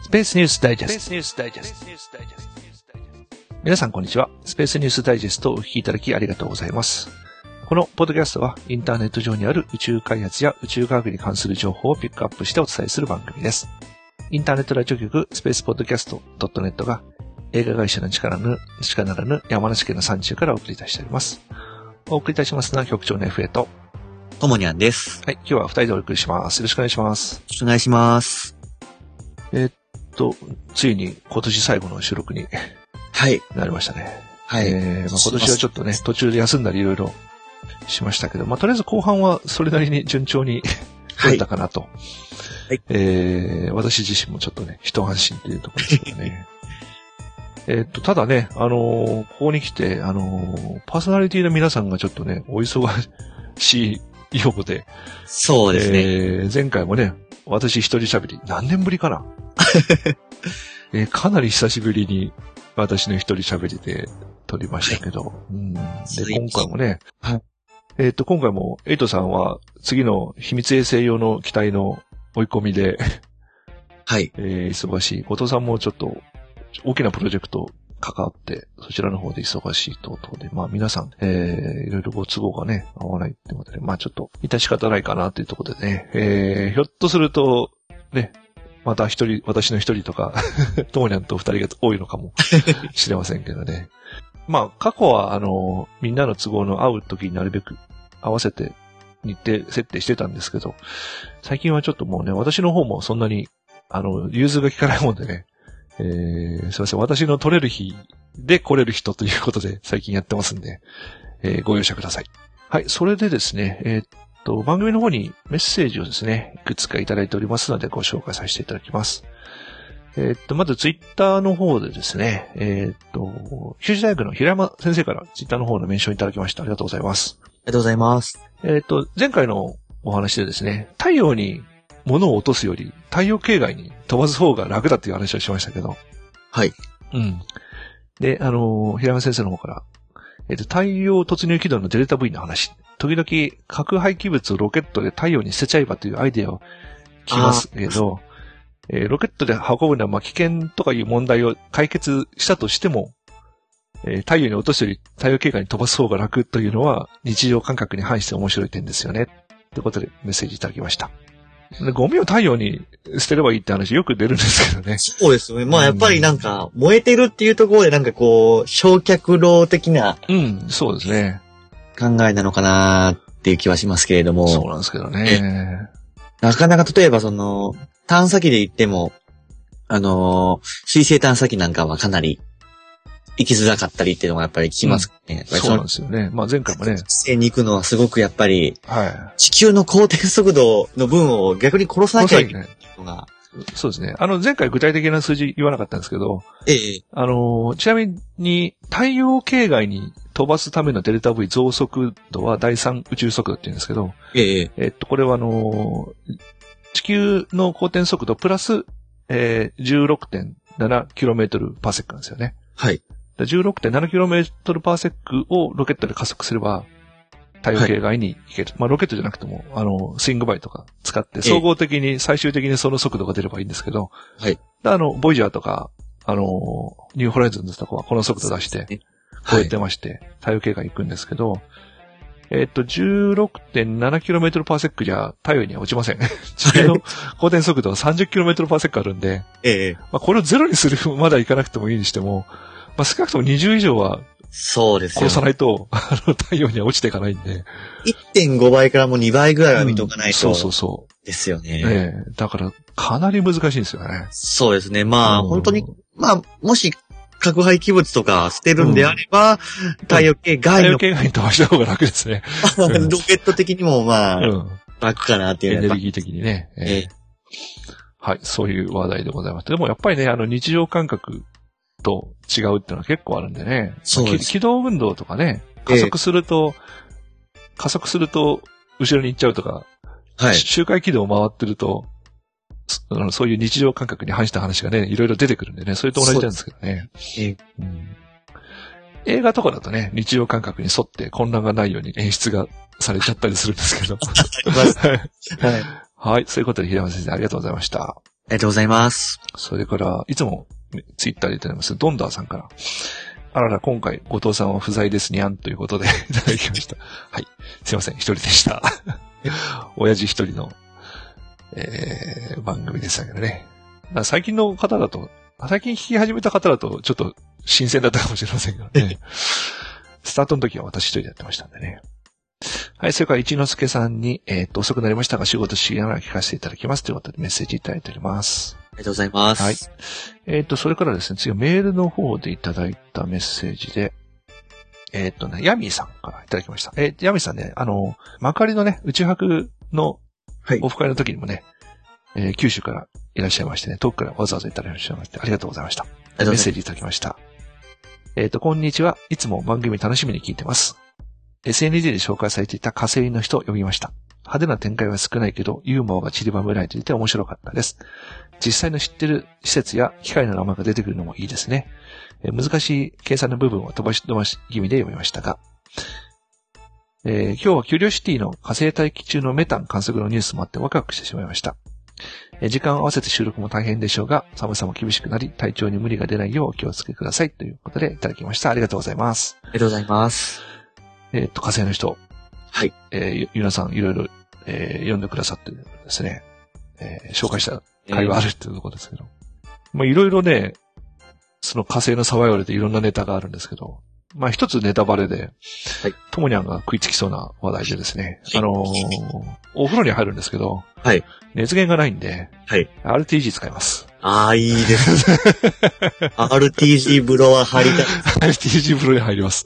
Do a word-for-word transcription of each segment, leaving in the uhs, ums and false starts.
スペースニュースダイジェスト。皆さんこんにちは。スペースニュースダイジェストをお聞きいただきありがとうございます。このポッドキャストはインターネット上にある宇宙開発や宇宙科学に関する情報をピックアップしてお伝えする番組です。インターネットラジオ局スペースポッドキャスト .net が映画会社の力なる、力ならぬ山梨県の山中からお送りいたしております。お送りいたしますのは局長の エフエー とともにゃんです。 はい、今日は二人でお送りします。よろしくお願いします。 よろしくお願いします。 えー、っと、ついに今年最後の収録にはい。 なりましたね。 はい。 えーまあ、今年はちょっとね、途中で休んだりいろいろしましたけど、まあ、とりあえず後半はそれなりに順調に取れたかなと。はい。えー、私自身もちょっとね、一安心というところですけどね。えっと、ただね、あのー、ここに来て、あのー、パーソナリティの皆さんがちょっとね、お忙しいようで。 そうですね。 えー、前回もね、私一人喋り、何年ぶりかな、えー、かなり久しぶりに私の一人喋りで撮りましたけど。はい、うん、で、今回もね、はい、えっと、今回もエイトさんは次の秘密衛星用の機体の追い込みで、 はい。 えー、忙しい。後藤さんもちょっと大きなプロジェクト関わって、そちらの方で忙しいと等で、まあ皆さん、えー、いろいろご都合がね、合わないってことで、まあちょっと、致し方ないかなというところでね、えー、ひょっとすると、ね、また一人、私の一人とか、ともにゃんと二人が多いのかもしれませんけどね。まあ過去は、あの、みんなの都合の合う時になるべく合わせて日程設定してたんですけど、最近はちょっともうね、私の方もそんなに、あの、融通が利かないもんでね、えー、すいません。私の取れる日で来れる人ということで最近やってますんで、えー、ご容赦ください。はい。それでですね、えー、っと、番組の方にメッセージをですね、いくつかいただいておりますのでご紹介させていただきます。えー、っと、まずツイッターの方でですね、えー、っと、九州大学の平山先生からツイッターの方のメンションいただきました。ありがとうございます。 ありがとうございます。 えー、っと、前回のお話でですね、太陽に物を落とすより太陽系外に飛ばす方が楽だっていう話をしましたけど。 はい。 うん。で、あのー、平山先生の方から、えっと、太陽突入軌道のデルタ V の話。時々、核廃棄物をロケットで太陽に捨てちゃえばというアイデアを聞きますけど、えー、ロケットで運ぶのは、まあ、危険とかいう問題を解決したとしても、えー、太陽に落とすより太陽系外に飛ばす方が楽というのは、日常感覚に反して面白い点ですよね。ということでメッセージいただきました。ゴミを太陽に捨てればいいって話よく出るんですけどね。 そうですよね。まあやっぱりなんか、燃えてるっていうところでなんかこう、焼却炉的な。 うん、そうですね。 考えなのかなっていう気はしますけれども。 そうなんですけどね。 なかなか例えばその、探査機で言っても、あのー、水星探査機なんかはかなり、行きづらかったりっていうのがやっぱり聞きますね。 うん、そうなんですよね。まあ前回もね。 水星に行くのはすごくやっぱり、 はい。 地球の公転速度の分を逆に殺さなきゃいけないのが。 そうですね。あの前回具体的な数字言わなかったんですけど、 ええ。 あの、ちなみに太陽系外に飛ばすためのデルタ V 増速度は第三宇宙速度って言うんですけど、 ええ。 えっと、これはあの、地球の公転速度プラス、えー、じゅうろくてんななキロメートルパーセックなんですよね。 はい。 じゅうろくてんななキロメートルパーセックをロケットで加速すれば、太陽系外に行ける。はい、まあロケットじゃなくても、あの、スイングバイとか使って、総合的に、最終的にその速度が出ればいいんですけど、 はい。 あの、ボイジャーとか、あの、ニューホライズンズとかはこの速度出して、超えてまして、はい、太陽系外に行くんですけど、えっと、じゅうろくてんななキロメートルパーセックじゃ太陽には落ちません。地球の公転速度は さんじゅっキロメートルパーセックあるんで、 ええ。まあこれをゼロにするまだいかなくてもいいにしても、まあ、少なくともにじゅう以上は、 そうですよ。 殺さないと、あの、太陽には落ちていかないんで。 いってんごばいからもうにばいぐらいは見とかないと、 うん。そうそうそう。 ですよね。 ええ。だから、かなり難しいんですよね。 そうですね。まあ、うん、本当に、まあ、もし、核廃棄物とか捨てるんであれば、うん、太陽系外の。 太陽系外に飛ばした方が楽ですね。 ロケット的にもまあ、うん、楽かなっていう。 エネルギー的にね。えーえー、はい、そういう話題でございます。でもやっぱりね、あの、日常感覚と違うっていうのは結構あるんでね。 そうです。 軌道運動とかね、加速すると、えー、加速すると、後ろに行っちゃうとか、はい。周回軌道を回ってると、そういう日常感覚に反した話がね、いろいろ出てくるんでね、それと同じなんですけどね。えうん、映画とかだとね、日常感覚に沿って混乱がないように演出がされちゃったりするんですけど。はい。 はい。そういうことで、平山先生、ありがとうございました。 ありがとうございます。 それから、いつもツイッターでいただきます、ドンダーさんから。あらら、今回、後藤さんは不在ですにゃんということでいただきました。はい。すいません、一人でした。親父一人の、えー、番組でしたけどね。最近の方だと、最近聞き始めた方だと、ちょっと新鮮だったかもしれませんけどね。スタートの時は私一人でやってましたんでね。はい、それから一之輔さんに、えっと、遅くなりましたが、仕事しながら聞かせていただきますということでメッセージいただいております。 ありがとうございます。 はい。えっと、それからですね、次はメールの方でいただいたメッセージで、えっとね、ヤミーさんからいただきました。えー、ヤミーさんね、あの、幕張のね、宇宙博のオフ会の時にもね、はい、えー、九州からいらっしゃいましてね、遠くからわざわざいただきましてありがとうございました。メッセージいただきました。えっと、こんにちは。いつも番組楽しみに聞いてます。エスエヌジー で紹介されていた火星の人を読みました。派手な展開は少ないけど、ユーモアが散りばめられていて面白かったです。実際の知ってる施設や機械の名前が出てくるのもいいですね。えー、難しい計算の部分を飛ばし飛ばし気味で読みましたが、えー、今日はキュリオシティの火星大気中のメタン観測のニュースもあってワクワクしてしまいました。えー、時間を合わせて収録も大変でしょうが、寒さも厳しくなり、体調に無理が出ないようお気をつけくださいということでいただきました。ありがとうございます。 ありがとうございます。 えっと、火星の人。 はい。 えー、ゆなさんいろいろ、えー、読んでくださってるんですね。えー、紹介した会話あるっていうところですけど。えー、まあいろいろね、その火星のサバイバルでいろんなネタがあるんですけど、まあ一つネタバレで、はい。ともにゃんが食いつきそうな話題でですね、はい、あのー、お風呂に入るんですけど、 はい。 熱源がないんで、 はい。 アールティージー 使います。 ああ、いいですね。アールティージー 風呂は入りたい。 アールティージー 風呂に入ります。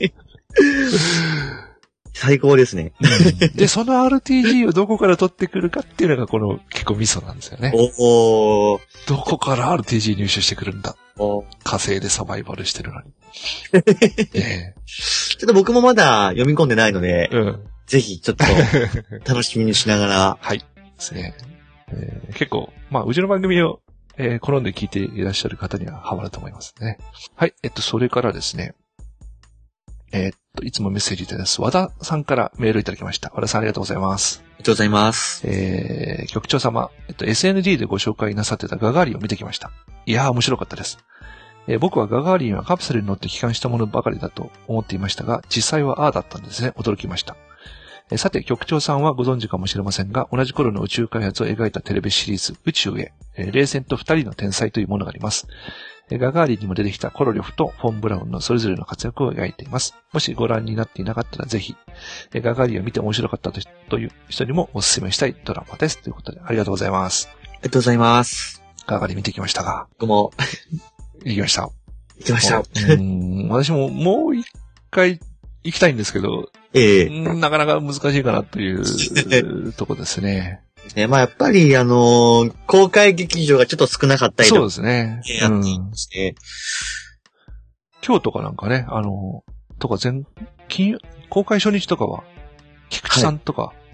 最高ですね。 で、その アールティージー をどこから取ってくるかっていうのがこの結構ミソなんですよね。 おー。 どこから アールティージー 入手してくるんだ。 お火星でサバイバルしてるのに。 えー、ちょっと僕もまだ読み込んでないので、うん、ぜひちょっと楽しみにしながら。 はい。ですね、えー。結構、まあ、うちの番組を、えー、好んで聞いていらっしゃる方にはハマると思いますね。はい。えっと、それからですね。えー、っと、いつもメッセージいただきます。和田さんからメールいただきました。和田さんありがとうございます。 ありがとうございます。 えー、局長様、えっと、エスエヌジー でご紹介なさってたガガーリンを見てきました。いやー、面白かったです。えー、僕はガガーリンはカプセルに乗って帰還したものばかりだと思っていましたが、実際はああだったんですね。驚きました。えー、さて、局長さんはご存知かもしれませんが、同じ頃の宇宙開発を描いたテレビシリーズ、宇宙へ、えー、冷戦と二人の天才というものがあります。ガガーリンにも出てきたコロリョフとフォン・ブラウンのそれぞれの活躍を描いています。もしご覧になっていなかったらぜひ、ガガーリンを見て面白かったという人にもお勧めしたいドラマです。ということで、ありがとうございます。 ありがとうございます。 ガガーリン見てきましたが。 僕も。 行きました。 行きました。 うん私ももう一回行きたいんですけど、 ええー、なかなか難しいかなというとこですね。 ね、まあやっぱりあのー、公開劇場がちょっと少なかったりとか。 そうですね。 やっていまして、 今日とかなんかね、あのー、とか前、金、公開初日とかは、菊池さんとか、はい、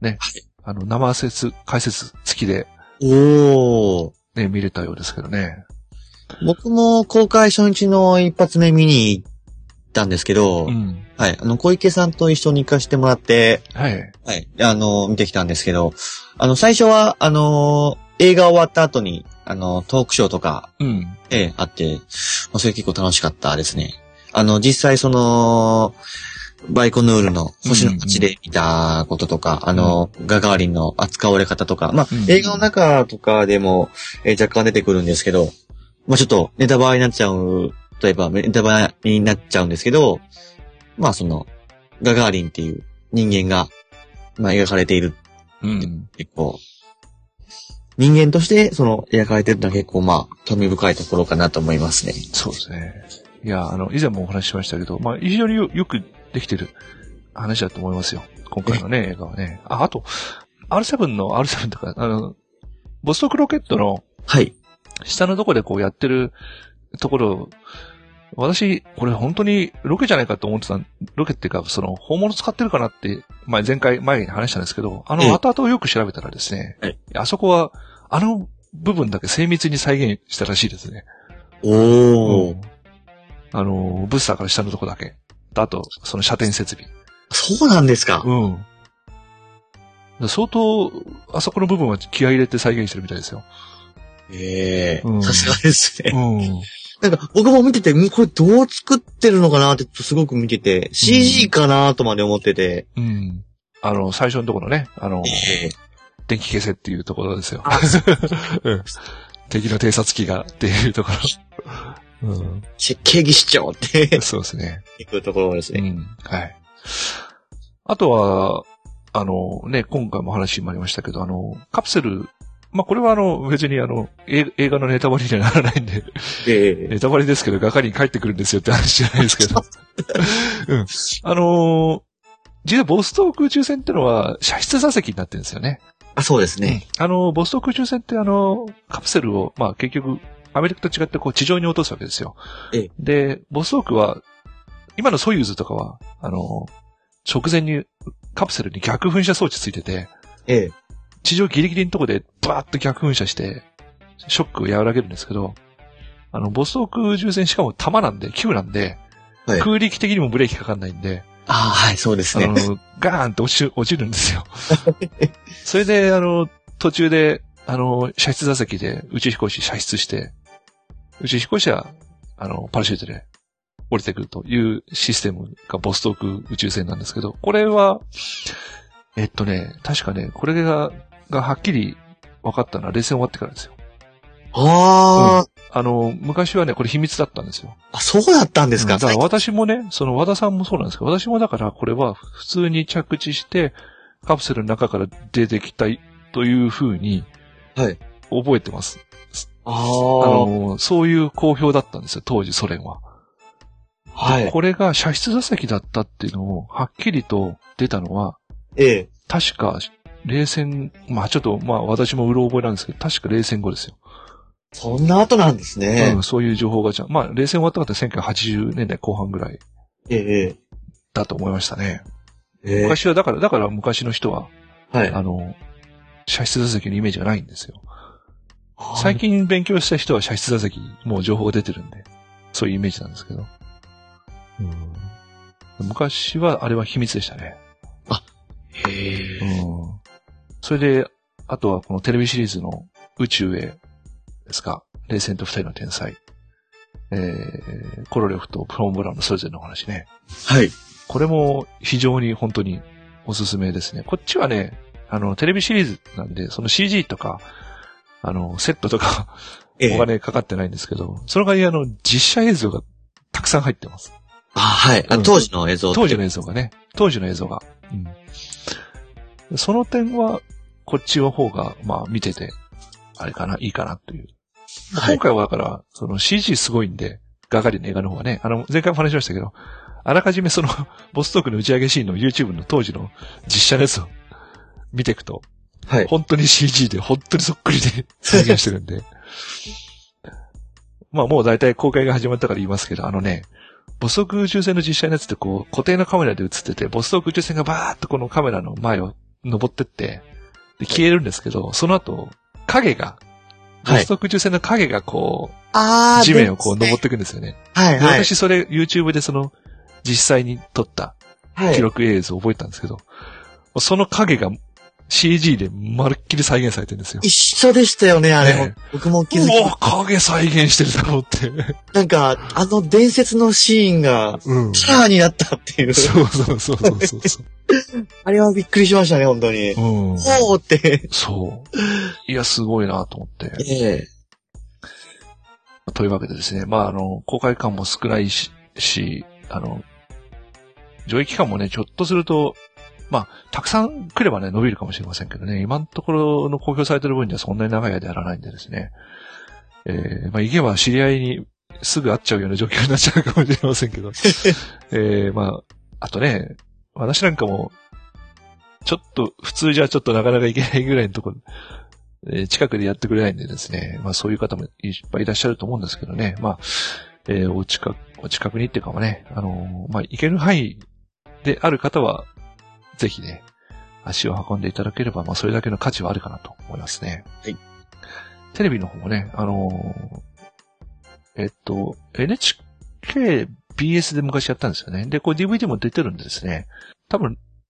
ね、はい、あの、生説、解説付きで、 おー。 ね、見れたようですけどね。 僕も公開初日の一発目見に行ったんですけど、うん、はい。あの、小池さんと一緒に行かせてもらって、 はい。 はい。あの、見てきたんですけど、あの、最初は、あの、映画終わった後に、あの、トークショーとか、うん。ええ、あって、まあ、それ結構楽しかったですね。あの、実際その、バイコヌールの星の街で見たこととか、うんうん、あの、ガガーリンの扱われ方とか、まあ、うんうん、映画の中とかでも、えー、若干出てくるんですけど、まあ、ちょっとネタバレになっちゃう、例えばネタバレになっちゃうんですけど、まあ、その、ガガーリンっていう人間が、まあ、描かれている。うん。結構、人間として、その、描かれてるのは結構、まあ、興味深いところかなと思いますね。 そうですね。いや、あの、以前もお話ししましたけど、まあ、非常に よ, よくできてる話だと思いますよ。今回のね、映画はね。あ、あと、アールセブン の アールセブン とか、あの、ボストクロケットの、 はい。 下のとこでこうやってるところ、私、これ本当にロケじゃないかと思ってた、ロケっていうか、その、本物使ってるかなって、まあ、前回、前に話したんですけど、あの、後々をよく調べたらですね、はい、あそこは、あの部分だけ精密に再現したらしいですね。 おー。うん、 あの、ブースターから下のとこだけ。あと、その射程設備。 そうなんですか。 うん。 相当、あそこの部分は気合い入れて再現してるみたいですよ。 ええうん、 さすがですね。 うん。 なんか、僕も見てて、これどう作ってるのかなってすごく見てて、シージー かなとまで思ってて。 うん。あの、最初のところね、あの、 えー、 電気消せっていうところですよ。うん、敵の偵察機がっていうところ。うん、 警備市長って。 そうですね。 行くところですね。 うん。はい。あとは、あのね、今回も話にもありましたけど、あの、カプセル、まあ、これはあの、別にあの、映画のネタバレにはならないんで、えー、ネタバレですけど、係に帰ってくるんですよって話じゃないですけど。うん。あのー、実はボストーク宇宙船ってのは、射出座席になってるんですよね。 あ、そうですね。 うん、あの、ボストーク宇宙船ってあの、カプセルを、まあ、結局、アメリカと違ってこう、地上に落とすわけですよ。 ええ、 で、ボストークは、今のソユーズとかは、あの、直前にカプセルに逆噴射装置ついてて、 ええ、 地上ギリギリのとこでバーッと逆噴射して、ショックを和らげるんですけど、あの、ボストーク宇宙船しかも弾なんで、級なんで、はい、空力的にもブレーキかかんないんで、 ああ、はい、そうですね。 あの、ガーンと落ち、落ちるんですよ。それで、あの、途中で、あの、射出座席で宇宙飛行士射出して、宇宙飛行士は、あの、パラシュートで降りてくるというシステムがボストーク宇宙船なんですけど、これは、えっとね、確かね、これが、がはっきり分かったのは冷戦終わってからですよ。 ああ、うん。 あの、昔はね、これ秘密だったんですよ。 あ、そうだったんですか、うん、 だから私もね、その和田さんもそうなんですけど、私もだからこれは普通に着地して、カプセルの中から出てきたいという風に、はい。覚えてます。ああの、そういう公表だったんですよ、当時ソ連は。はい。これが射出座席だったっていうのを、はっきりと出たのは、ええ。確か、冷戦、まあちょっと、まあ私もうろ覚えなんですけど、確か冷戦後ですよ。 そんな後なんですね。 うん、そういう情報がじゃ、まあ冷戦終わったかってせんきゅうひゃくはちじゅうねんだいこう半ぐらい。ええ。だと思いましたね。ええ。昔は、だから、だから昔の人は、はい。あの、射出座席のイメージがないんですよ。最近勉強した人は射出座席、もう情報が出てるんで、そういうイメージなんですけど。うん、昔は、あれは秘密でしたね。あ、へえ。うん。それで、あとはこのテレビシリーズの宇宙へですか、冷戦と二人の天才。えー、コロリョフとプロンブラウンのそれぞれのお話ね。はい。これも非常に本当におすすめですね。こっちはね、あの、テレビシリーズなんで、その シージー とか、あの、セットとか、お金かかってないんですけど、その代わりあの、実写映像がたくさん入ってます。あ、はい。あ、うん、当時の映像当時の映像がね。当時の映像が。うん、その点は、こっちの方が、まあ、見てて、あれかな、いいかなという。はい、今回はだから、その シージー すごいんで、ガガリの映画の方はね、あの、前回も話しましたけど、あらかじめその、ボストークの打ち上げシーンの YouTube の当時の実写のやつを見ていくと、はい。本当に シージー で、本当にそっくりで再現してるんで。まあもう大体公開が始まったから言いますけど、あのね、ボストーク宇宙船の実写のやつってこう、固定のカメラで映ってて、ボストーク宇宙船がバーっとこのカメラの前を登ってって、で消えるんですけど、その後、影が、ボストーク宇宙船の影がこう、はい、地面をこう登っていくんですよね。はいはい。私それ YouTube でその、実際に撮った記録映像を覚えたんですけど、はい、その影が シージー でまるっきり再現されてるんですよ。一緒でしたよね、あれ。ね、僕も気づき。うわ、影再現してるだろうって。なんか、あの伝説のシーンが、キャーになったっていう。そうそうそうそうそうそう。あれはびっくりしましたね、本当に。うん。おーって。そう。いや、すごいなと思って。ええー。というわけでですね、まあ、あの、公開感も少ないし、しあの、上映期間もね、ちょっとすると、まあ、たくさん来ればね、伸びるかもしれませんけどね、今のところの公表されてる分にはそんなに長い間やらないんでですね、えー、まあ、行けば知り合いにすぐ会っちゃうような状況になっちゃうかもしれませんけど、えー、まあ、あとね、私なんかも、ちょっと、普通じゃちょっとなかなか行けないぐらいのところ、えー、近くでやってくれないんでですね、まあそういう方もいっぱいいらっしゃると思うんですけどね、まあ、えー、お近く、お近くにっていうかもね、あのー、まあ行ける範囲である方は、ぜひね、足を運んでいただければ、まあそれだけの価値はあるかなと思いますね。はい。テレビの方もね、あのー、えっと、エヌエイチケー、ビーエス で昔やったんですよね。で、これ ディーブイディー も出てるんでですね、多分、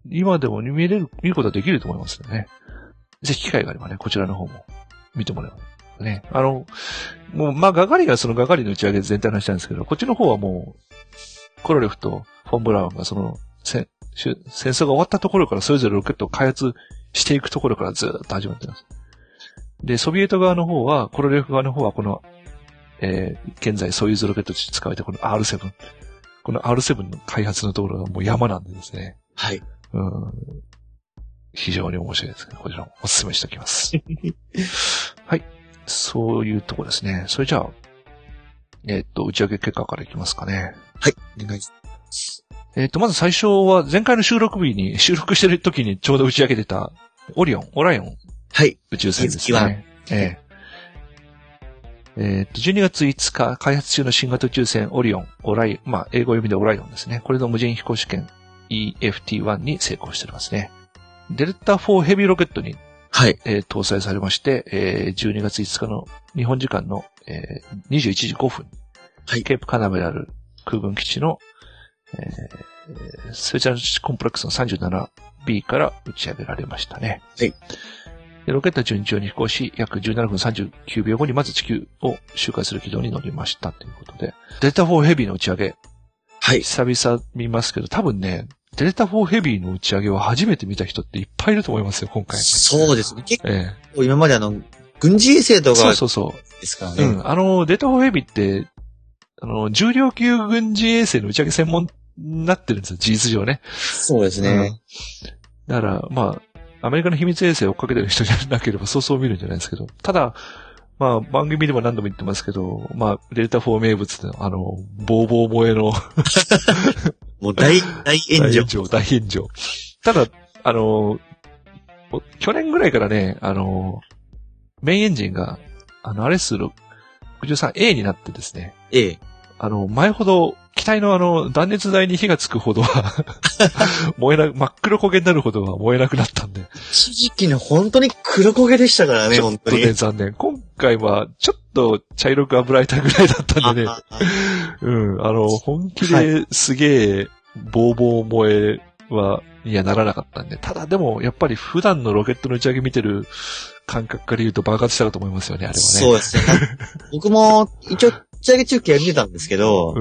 今でも見れる、見ることはできると思いますよね。ぜひ機会があればね、こちらの方も見てもらえばね。あの、もう、まあ、ガガリがそのガガリの打ち上げ全体の話なんですけど、こっちの方はもう、コロレフとフォン・ブラウンがその、戦争が終わったところからそれぞれロケットを開発していくところからずっと始まってます。で、ソビエト側の方は、コロレフ側の方はこの、えー、現在ソユーズロケットとして使われているこの アールセブン。この アールセブン の開発のところがもう山なんでですね。 はい。 うん、非常に面白いですね。こちらもお勧めしておきます。はい。そういうとこですね。それじゃあ、えー、っと、打ち上げ結果からいきますかね。 はい。お願いします。 えー、っと、まず最初は前回の収録日に、収録してる時にちょうど打ち上げてたオリオン、オライオン。 はい。 宇宙船ですね。えーえー、っと、じゅうにがついつか開発中の新型宇宙船オリオン、オライ、まあ、英語読みでオライオンですね。これの無人飛行試験 イーエフティーワン に成功しておりますね。デルタフォーヘビーロケットに、 はい。 えー、搭載されまして、えー、じゅうにがついつかの日本時間の、えー、にじゅういちじごふん、はい、ケープカナベラル空軍基地の、えー、スペシャルコンプレックスの さんじゅうななビー から打ち上げられましたね。 はい。 でロケットは順調に飛行し、約じゅうななふんさんじゅうきゅうびょうごにまず地球を周回する軌道に乗りましたということで、デルタフォーヘビーの打ち上げ。はい。久々見ますけど、多分ね、デルタフォーヘビーの打ち上げは初めて見た人っていっぱいいると思いますよ、今回。 そうですね。結構、 ええ、今まであの、軍事衛星とか、 そうそうそう。 ですからね。 うん。あの、デルタフォーヘビーって、あの、重量級軍事衛星の打ち上げ専門になってるんですよ、事実上ね。 そうですね。うん、 だから、まあ、アメリカの秘密衛星を追っかけてる人じゃなければそうそう見るんじゃないですけど。ただ、まあ、番組でも何度も言ってますけど、まあ、デルタフォー名物の、あの、ボーボー萌えのもう大、大炎上。 大炎上、大炎上。ただ、あの、去年ぐらいからね、あの、メインエンジンが、あの、アールエスろくじゅうさんエー になってですね。 A。 あの、前ほど、機体のあの、断熱材に火がつくほどは燃えな、真っ黒焦げになるほどは燃えなくなったんで。 一時期ね、本当に黒焦げでしたからね、本当に。 ちょっとね、残念。今回は、ちょっと茶色く油いたぐらいだったんでね。うん、あの、本気ですげえ、ボーボー燃えは、にはならなかったんで。ただでも、やっぱり普段のロケットの打ち上げ見てる感覚から言うと爆発したかと思いますよね、あれはね。 そうですね。僕も、一応、打ち上げ中継やってたんですけど、うん、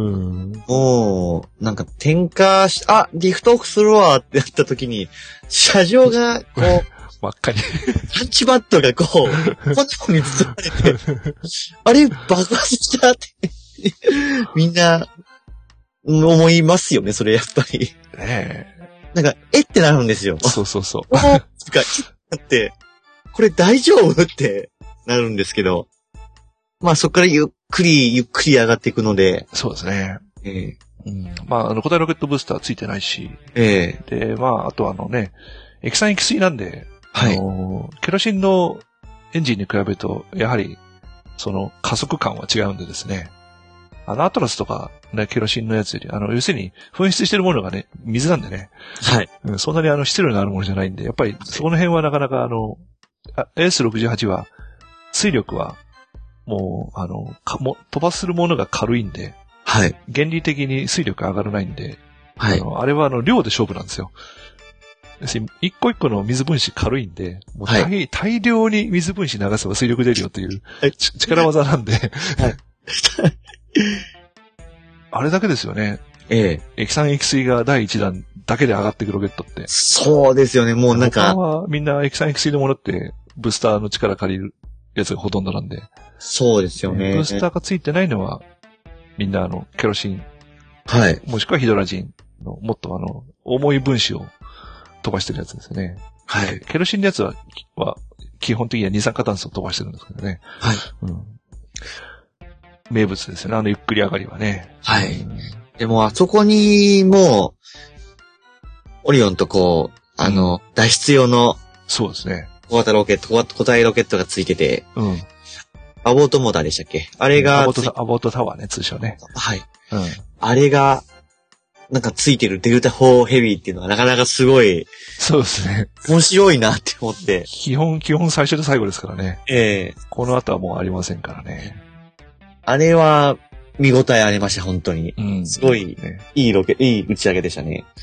もう、なんか転化し、あ、リフトオフするわってやった時に、車上が、こう、 真っ赤に。 パンチバットがこう、ポチポに包まれて、あれ、爆発したって、みんな、思いますよね、それやっぱり。ねえ。なんか、えってなるんですよ。 そうそうそう。 おーつか、えって、これ大丈夫ってなるんですけど、まあそこからゆっくり、ゆっくり上がっていくので。 そうですね。 ええうん、まあ、あの、古代ロケットブースターついてないし。 ええで、まあ、あとあのね、液酸液水なんで、 はい。 あの、ケロシンのエンジンに比べると、やはり、その加速感は違うんでですね。あの、アトラスとか、ね、ケロシンのやつより、あの、要するに、噴出してるものがね、水なんでね。 はい。 うん、そんなにあの、質量のあるものじゃないんで、やっぱり、そこの辺はなかなかあの、エーエスろくじゅうはち は、水力は、もう、あの、かも、飛ばするものが軽いんで、 はい。 原理的に水力上がらないんで、 はい。 あの、あれはあの、量で勝負なんですよ。要するに、一個一個の水分子軽いんで、もう大、はい、大量に水分子流せば水力出るよという、はい、力技なんで、はい。あれだけですよね。 ええ。 液酸液水が第一弾だけで上がってくるロケットって。 そうですよね、もうなんか。 他はみんな液酸液水のものって、ブースターの力借りるやつがほとんどなんで。 そうですよね。 ブースターがついてないのは、みんなあの、ケロシン。 はい。 もしくはヒドラジンの、もっとあの、重い分子を飛ばしてるやつですよね。 はい。 ケロシンのやつは、は基本的には二酸化炭素を飛ばしてるんですけどね。 はい。 うん。名物ですよね、あのゆっくり上がりはね。 はい。うん、でも、あそこに、もう、オリオンとこう、あの、うん、脱出用の、 そうですね。 小型ロケット、小型ロケットがついてて、 うん。 アボートモーターでしたっけあれが、 アボート、アボートタワーね、通称ね。 はい。 うん。 あれが、なんかついてるデルタフォーヘビーっていうのはなかなかすごい。 そうですね。 面白いなって思って。 基本、基本最初で最後ですからね。 ええー。 この後はもうありませんからね。 あれは、見応えありました、本当に。 うん。 すごい、いいロケ、いい打ち上げでしたね。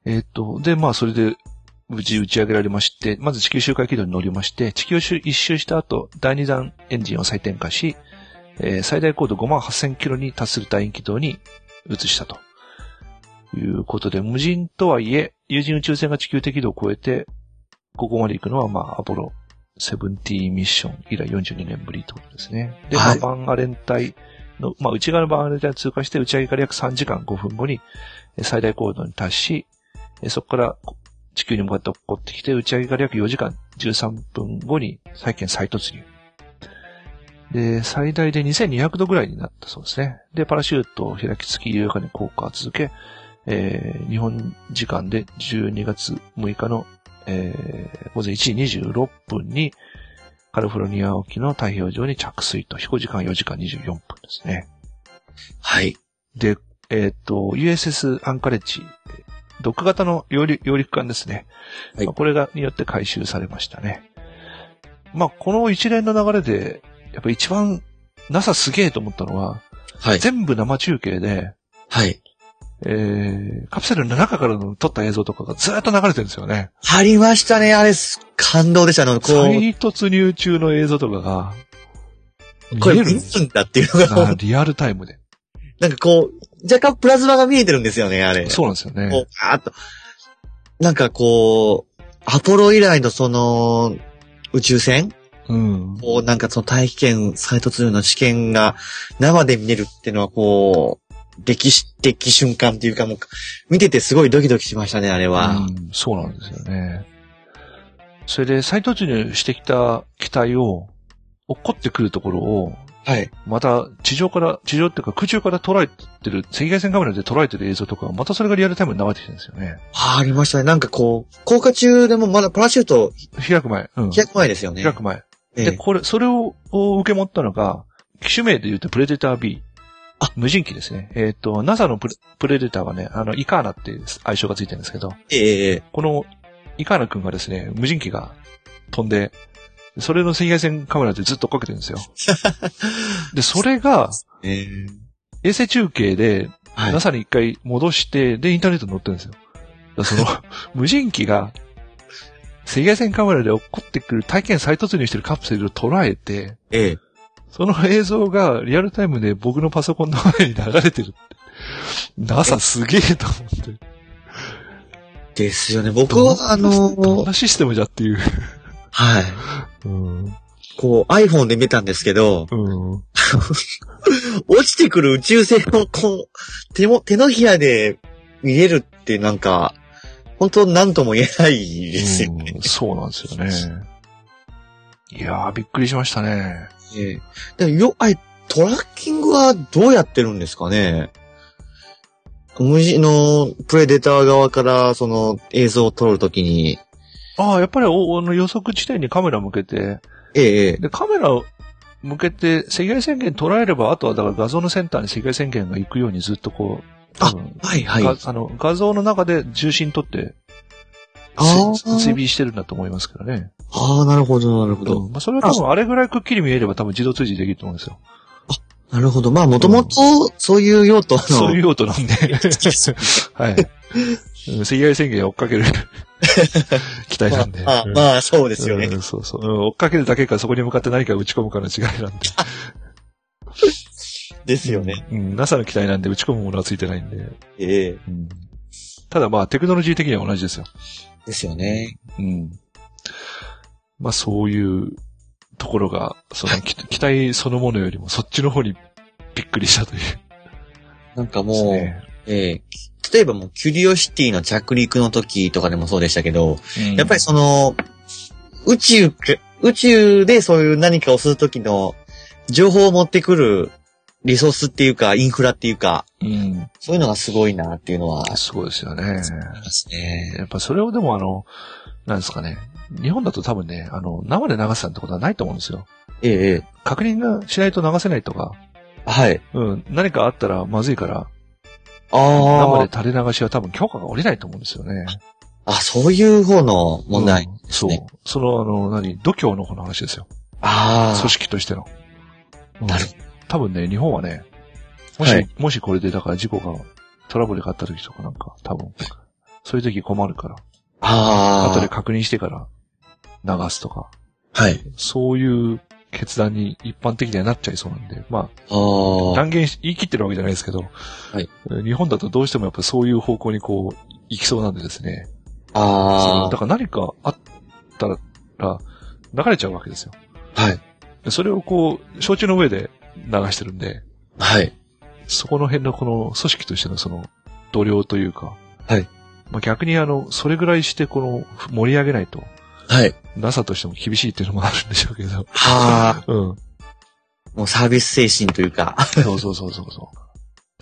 えっと、で、まあ、それで、無事打ち上げられまして、まず地球周回軌道に乗りまして、地球を一周した後、だいに段エンジンを再点火し、えー、最大高度ごまんはっせんキロに達する楕円軌道に移したと。いうことで、無人とはいえ、有人宇宙船が地球適度を超えて、ここまで行くのは、まあ、アポロセブンティーミッション以来よんじゅうにねんぶりってことですね。で、はい、まあ、バンアレン帯の、まあ、内側のバンアレン帯を通過して、打ち上げから約さんじかんごふんごに、最大高度に達し、そこから地球に向かって落っこってきて、打ち上げから約よじかんじゅうさんぷんごに再建再突入。で、最大でにせんにひゃくどぐらいになったそうですね。で、パラシュートを開き付き、緩やかに降下を続け、えー、日本時間でじゅうにがつむいかの、えー、ごぜんいちじにじゅうろっぷんにカリフォルニア沖の太平洋上に着水と、飛行時間よじかんにじゅうよんぷんですね。 はい。 で、えっと、ユーエスエス アンカレッジ、ドック型の揚陸、揚陸艦ですね。はい。まあ、これが、によって回収されましたね。まあ、この一連の流れで、やっぱ一番 ナサ すげえと思ったのは、はい。全部生中継で、 はい。 えー、カプセルの中からの撮った映像とかがずーっと流れてるんですよね。 ありましたね、あれ、感動でしたね、こう。 再突入中の映像とかが、 これ見るんだっていうのが。 リアルタイムで。 なんかこう、若干プラズマが見えてるんですよね、あれ。 そうなんですよね。 こう、あーっと。なんかこう、アポロ以来のその、宇宙船うん。こう、なんかその大気圏再突入の試験が生で見れるっていうのはこう、歴史的瞬間っていうかもう、見ててすごいドキドキしましたね、あれは。 うん、そうなんですよね。それで再突入してきた機体を、落っこってくるところを、 はい。 また、地上から、地上っていうか空中から捉えてる、赤外線カメラで捉えてる映像とか、またそれがリアルタイムに流れてきてるんですよね。 ああ、ありましたね。なんかこう、降下中でもまだパラシュート、 開く前。 うん。開く前ですよね。 開く前。ええ、で、これ、それを受け持ったのが、機種名で言うとプレデター B。あ、無人機ですね。えっと、ナサ のプ レ, プレデターはね、あの、イカーナっていう愛称がついてるんですけど、 ええ、 このイカーナ君がですね、無人機が飛んで、それの赤外線カメラでずっと追っかけてるんですよ。で、それが、えー、衛星中継で、はい、ナサ に一回戻して、で、インターネットに載ってるんですよ。だその、無人機が、赤外線カメラで落っこってくる体験再突入してるカプセルを捉えて、 ええ、 その映像がリアルタイムで僕のパソコンの前に流れてるって。ナサ すげえと思って。 ですよね。僕はあのー、 どんなシステムじゃっていう。 はい。うん、こう iPhone で見たんですけど、うん、落ちてくる宇宙船をこう、手も、手のひらで見れるってなんか、本当なんとも言えないですよね。 うん、そうなんですよね。いやー、びっくりしましたね。 ええ。でもよ、あれ、トラッキングはどうやってるんですかね。無人のプレデター側からその映像を撮るときに。 ああ、やっぱりおあの予測地点にカメラ向けて。 ええ。 で、カメラを向けて赤外線源捉えれば、あとはだから画像のセンターに赤外線源が行くようにずっとこう。 あ、はいはい。 あの、画像の中で重心取って、追尾してるんだと思いますけどね。 ああ、なるほど、なるほど。 うん、まあ、それは多分あれぐらいくっきり見えれば多分自動追尾できると思うんですよ。 あ、なるほど。まあ、もともとそういう用途の、うん。 そういう用途なんで。はい。赤外線源を追っかける機体なんで。 まあ、まあ、そうですよね、 うん。そうそう、うん。追っかけるだけかそこに向かって何か打ち込むかの違いなんで。 ですよね。 うん。ナサ の機体なんで打ち込むものはついてないんで。 ええうん。ただまあ、テクノロジー的には同じですよ。 ですよね。 うん。まあそういうところが、その機体そのものよりもそっちの方にびっくりしたという。 なんかもう、ね、ええー、例えばもうキュリオシティの着陸の時とかでもそうでしたけど、うん、やっぱりその、宇宙、宇宙でそういう何かをする時の情報を持ってくるリソースっていうか、インフラっていうか、うん、そういうのがすごいなっていうのは。 すごいですよね。 そうですね。 やっぱそれをでもあの、なんですかね。日本だと多分ね、あの、生で流すなんてことはないと思うんですよ。 ええ。 確認がしないと流せないとか。 はい。 うん。何かあったらまずいから。 ああ。 生で垂れ流しは多分許可が下りないと思うんですよね。 あ、そういう方の問題、ねうん。 そう。その、あの、何、度胸の方の話ですよ。 ああ。 組織としての。 なるほど。 多分ね、日本はね、もし、はい、もしこれでだから事故が、トラブルがあった時とかなんか、多分、 そういう時困るから。 ああ。 後で確認してから流すとか。 はい。 そういう決断に一般的にはなっちゃいそうなんで、まあ、 あ断言し、言い切ってるわけじゃないですけど、 はい。 日本だとどうしてもやっぱそういう方向にこう、行きそうなんでですね。 ああ。 だから何かあったら、流れちゃうわけですよ。 はい。 それをこう、承知の上で流してるんで、 はい。 そこの辺のこの組織としてのその、度量というか、 はい。 まあ、逆にあの、それぐらいしてこの、盛り上げないと、 はい。 ナサ としても厳しいっていうのもあるんでしょうけど。 はあ。 うん。 もうサービス精神というか。 そうそうそうそうそう。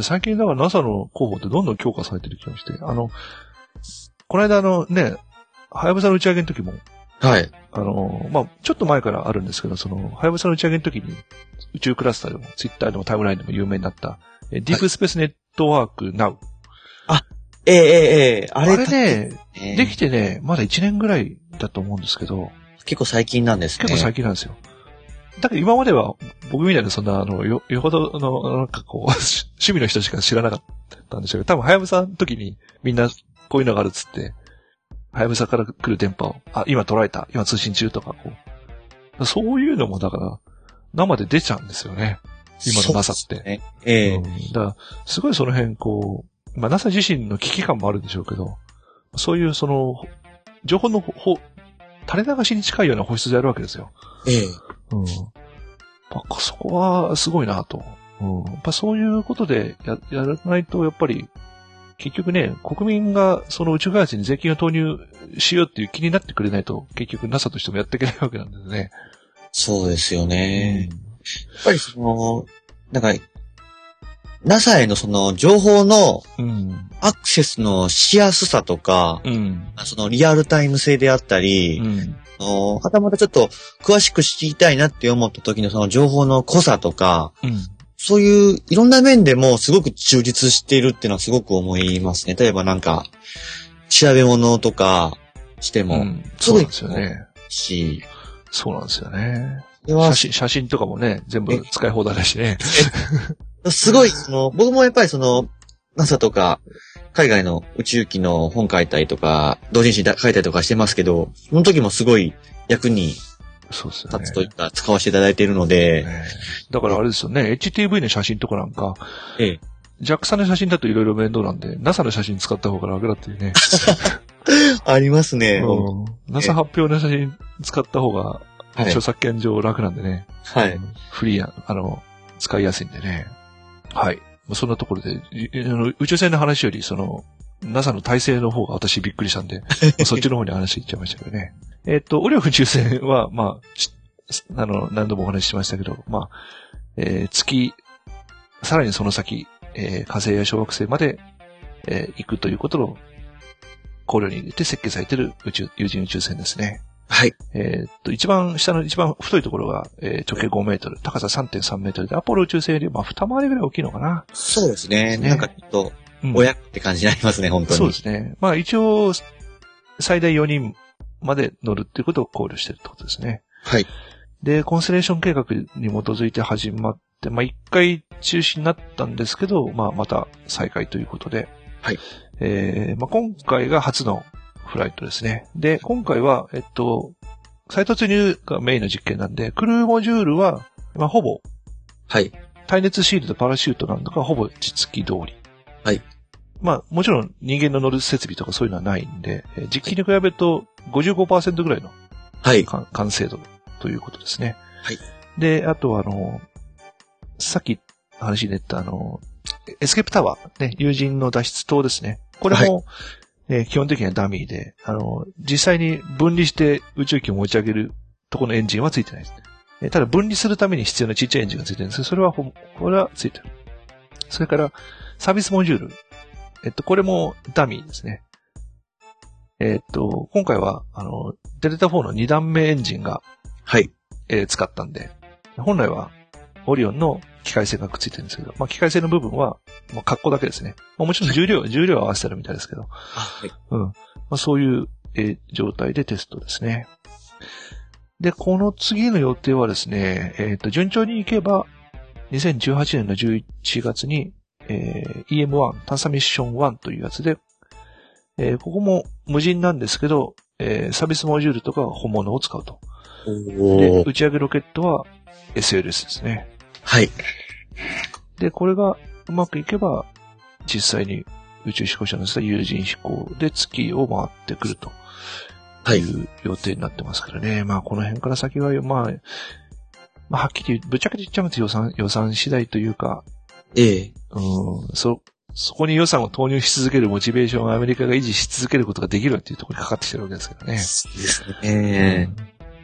最近だから ナサ の広報ってどんどん強化されてる気がして、あの、この間あのね、はやぶさの打ち上げの時も、 はい。 あの、まあ、ちょっと前からあるんですけど、その、はやぶさの打ち上げの時に、宇宙クラスターでも、ツイッターでもタイムラインでも有名になった、ディープスペースネットワークナウ。 あ、ええええええ、あれあれね、 えー、 できてね、まだいちねんぐらいだと思うんですけど。 結構最近なんですね。 結構最近なんですよ。だけど今までは、僕みたいなそんな、あの、よ、よほどの、なんかこう、趣味の人しか知らなかったんでしょうけど、多分、はやぶさの時にみんなこういうのがあるっつって、はやぶさから来る電波を、あ、今捉えた、今通信中とか、こう。そういうのも、だから、生で出ちゃうんですよね。今の ナサ って。 ね、ええーうん。だから、すごいその辺、こう、まあ、ナサ 自身の危機感もあるんでしょうけど、そういうその、情報のほ、垂れ流しに近いような放出でやるわけですよ。 ええー。 うん。まあ、そこはすごいなと。うん。やっぱそういうことでや、やらないと、やっぱり、結局ね、国民がその宇宙開発に税金を投入しようっていう気になってくれないと、結局 ナサ としてもやっていけないわけなんですね。 そうですよね。うん、やっぱりその、なんか、ナサ へのその情報のアクセスのしやすさとか、うん、そのリアルタイム性であったり、うん、はたまたちょっと詳しく知りたいなって思った時のその情報の濃さとか、うん、そういういろんな面でもすごく充実しているっていうのはすごく思いますね。例えばなんか、調べ物とかしても、うん、 そうなんですよね。 し、 そうなんですよね。写真、写真とかもね、全部使い放題だしね。 すごい、その、僕もやっぱりその、ナサ とか、海外の宇宙機の本書いたりとか、同人誌書いたりとかしてますけど、その時もすごい役にそうですよね。 立つといった使わせていただいているので、 ね、だからあれですよね、エイチティーブイ の写真とかなんか、 ええ、 ジャックサ の写真だといろいろ面倒なんで、ナサ の写真使った方が楽だっていうね。 ありますね。 うん、ナサ 発表の写真使った方が、はい、著作権上楽なんでね。 はい。 フリーや、あの、使いやすいんでね。はい。そんなところで、宇宙船の話より、その、ナサ の体制の方が私びっくりしたんで、そっちの方に話いっちゃいましたけどね。えっと、オリオン宇宙船は、まあ、あの、何度もお話ししましたけど、まあ、えー、月、さらにその先、えー、火星や小惑星まで、えー、行くということを考慮に入れて設計されている宇宙、有人宇宙船ですね。 はい。 えっと、一番下の一番太いところが、えー、直径ごメートル、高さ さんてんさんメートルで、アポロ宇宙船よりまあ二回りぐらい大きいのかな。 そうですね。ね、なんかちょっと、親って感じになりますね、うん、本当に。 そうですね。まあ一応、最大よにんまで乗るっていうことを考慮しているってことですね。 はい。 で、コンステレーション計画に基づいて始まって、まあ一回中止になったんですけど、まあまた再開ということで。 はい。 えー、まあ今回が初のフライトですね。で、今回は、えっと、再突入がメインの実験なんで、クルーモジュールは、まあほぼ、 はい。 耐熱シールド、パラシュートなんとかほぼ実機通り。 はい。 まあ、もちろん人間の乗る設備とかそういうのはないんで、実機に比べると ごじゅうごパーセント ぐらいの、 はい。 完成度ということですね。 はい。 で、あとあの、さっき話に出たあの、エスケープタワー、ね、有人の脱出塔ですね。これも、はい、えー、基本的にはダミーで、あの、実際に分離して宇宙機を持ち上げるところのエンジンはついてないです。えー、ただ分離するために必要なちっちゃいエンジンがついてるんですけど、それはほ、これはついてる。それから、サービスモジュール。えっと、これもダミーですね。えっと、今回は、あの、デルタフォーのに段目エンジンが、 はい。 えー、使ったんで、本来は、オリオンの機械性がくっついてるんですけど、まあ、機械性の部分は、もう格好だけですね。まあ、もちろん重量、はい、重量は合わせてるみたいですけど、 はい。 うん。まあ、そういう、えー、状態でテストですね。で、この次の予定はですね、えっと、順調にいけば、にせんじゅうはちねんのじゅういちがつに、えー、イーエムワン、探査ミッションワンというやつで、 えー、ここも無人なんですけど、えー、サービスモジュールとかは本物を使うと。で、打ち上げロケットは エスエルエス ですね。 はい。で、 これがうまくいけば、実際に宇宙飛行士を乗せた有人飛行で月を回ってくると。はい。いう予定になってますからね。まあ、この辺から先は、まあ、まあ、はっきりぶっちゃけて言っちゃいますと予算、予算次第というか。 ええ。 うん、そ、そこに予算を投入し続けるモチベーションをアメリカが維持し続けることができるっていうところにかかってきてるわけですからね。 そうですね。ええ、うん。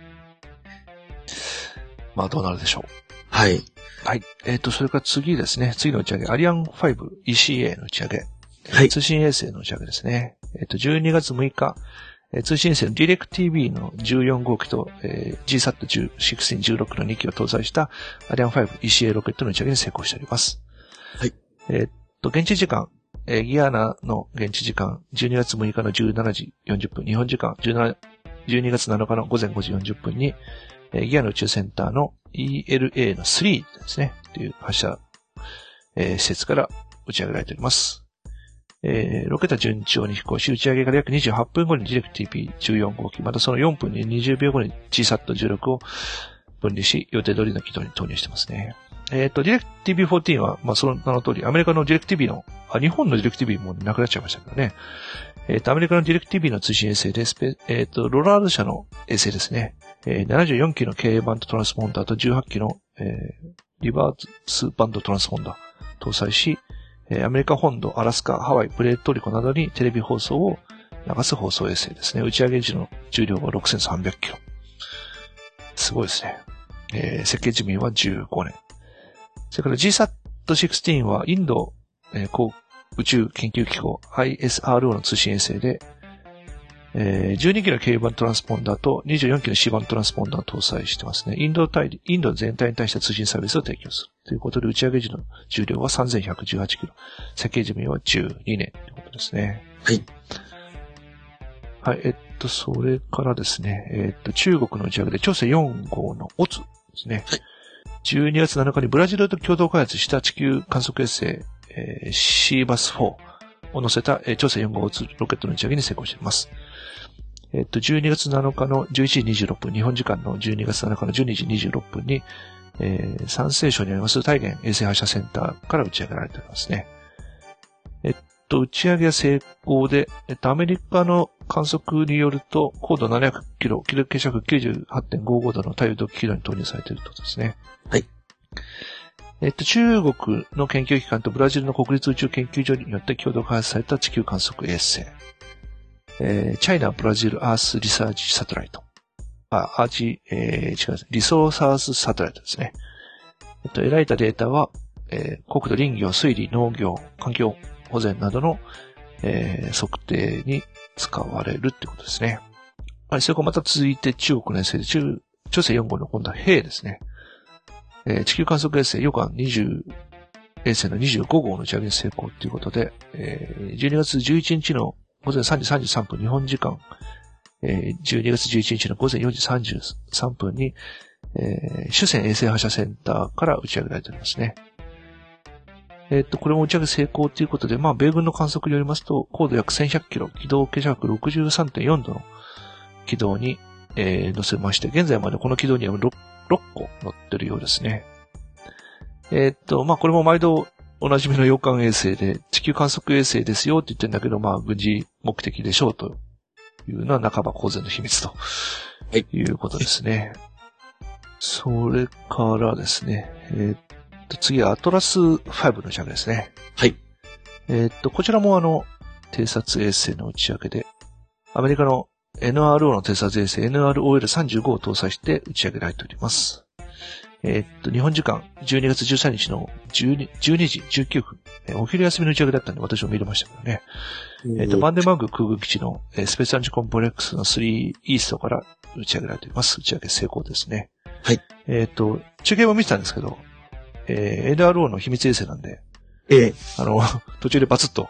まあ、どうなるでしょう。 はい。 はい。えっと、それから次ですね。次の打ち上げ。アリアンファイブ イーシーエー の打ち上げ。はい。通信衛星の打ち上げですね。えっと、じゅうにがつむいか、えー、通信衛星の ディレクティービー のじゅうよんごうきと、えー、ジーサットじゅう、じゅうろく、じゅうろくのにきを搭載したアリアンファイブ イーシーエー ロケットの打ち上げに成功しております。 はい。 えっと、現地時間、えー、ギアナの現地時間、じゅうにがつむいかのじゅうしちじよんじゅっぷん、日本時間じゅうにがつなのかのごぜんごじよんじゅっぷんに、えー、ギアナ宇宙センターの イーエルエー のスリーですね、という発射、えー、施設から打ち上げられております。えー、ロケットは順調に飛行し、打ち上げから約にじゅうはっぷんごに ディレクティービーじゅうよんごうき、またそのよんぷんににじゅうびょうごに ジーサットじゅうろく を分離し、予定通りの軌道に投入してますね。えっと、ディレクティービーじゅうよんは、まあ、その名の通り、アメリカのディレクティービーの、あ、日本のディレクティービーもなくなっちゃいましたけどね。えっと、アメリカのディレクティービーの通信衛星で、スペ、えっと、ロラード社の衛星ですね。えー、ななじゅうよんきの K バンドトランスポンダーとじゅうはっきの、えー、リバースバンドトランスポンダー搭載し、アメリカ本土、アラスカ、ハワイ、プレートリコなどにテレビ放送を流す放送衛星ですね。打ち上げ時の重量はろくせんさんびゃくキロ。すごいですね。えー、設計寿命はじゅうごねん。それから ジーサットじゅうろく はインド、えー、航宇宙研究機構 アイエスアールオー の通信衛星で、えー、じゅうにきの K バンドトランスポンダーとにじゅうよんきの C バンドトランスポンダーを搭載してますね。インド対、インド全体に対して通信サービスを提供する。ということで、打ち上げ時の重量はさんぜんひゃくじゅうはちキロ。設計寿命はじゅうにねんということですね。 はい。 はい、えっと、それからですね、えっと、中国の打ち上げで、長征よんごうのオツですね。はい。じゅうにがつなのかにブラジルと共同開発した地球観測衛星、えー、シーバスフォーを乗せた、えー、長征よんごうオツロケットの打ち上げに成功しています。えっと、じゅうにがつなのかのじゅういちじにじゅうろっぷん、日本時間のじゅうにがつなのかのじゅうにじにじゅうろっぷんに、えー、山西省にあります大元衛星発射センターから打ち上げられておりますね。えっと、打ち上げは成功で、えっと、アメリカの観測によると、高度ななひゃくキロ、傾斜角 きゅうじゅうはちてんごご 度の太陽同期軌道に投入されているということですね。 はい。 えっと、中国の研究機関とブラジルの国立宇宙研究所によって共同開発された地球観測衛星。えー、チャイナ・ブラジル・アース・リサーチ・サテライト。あ、アーチ、えー、違う、リソーサース・サテライトですね。えっと、得られたデータは、えー、国土林業、水利、農業、環境保全などの、えー、測定に使われるってことですね。はい、それからまた続いて中国の衛星で、中、長征よんごうの今度は兵ですね。えー、地球観測衛星、ヨカンにじゅう衛星のにじゅうごごうの打ち上げに成功ということで、えー、じゅうにがつじゅういちにちのごぜんさんじさんじゅうさんぷん、日本時間、えー、じゅうにがつじゅういちにちのごぜんよじさんじゅうさんぷんに、えー、酒泉衛星発射センターから打ち上げられておりますね。えっと、これも打ち上げ成功ということで、まあ、米軍の観測によりますと、高度約せんひゃくキロ、軌道傾斜角 ろくじゅうさんてんよん 度の軌道に、えー、乗せまして、現在までこの軌道には 6, ろっこ乗ってるようですね。えっと、まあ、これも毎度、おなじみの洋館衛星で、地球観測衛星ですよって言ってんだけど、まあ、軍事目的でしょうというのは半ば公然の秘密ということですね。それからですね、えー、っと、次はアトラスファイブの打ち上げですね。 はい。 えー、っと、こちらもあの、偵察衛星の打ち上げで、アメリカの エヌアールオー の偵察衛星 エヌアールオーエルさんじゅうご を搭載して打ち上げられております。えー、っと、日本時間じゅうにがつじゅうさんにちのじゅうにじじゅうきゅうふん、えー、お昼休みの打ち上げだったんで私も見れましたけどね。えー、っと、バンデンバーグ空軍基地の、えー、スペースアンチコンプレックスのスリーイーストから打ち上げられています。打ち上げ成功ですね。 はい。 えー、っと、中継も見てたんですけど、えー、エヌアールオー の秘密衛星なんで、 ええ。 あの、途中でバツッと、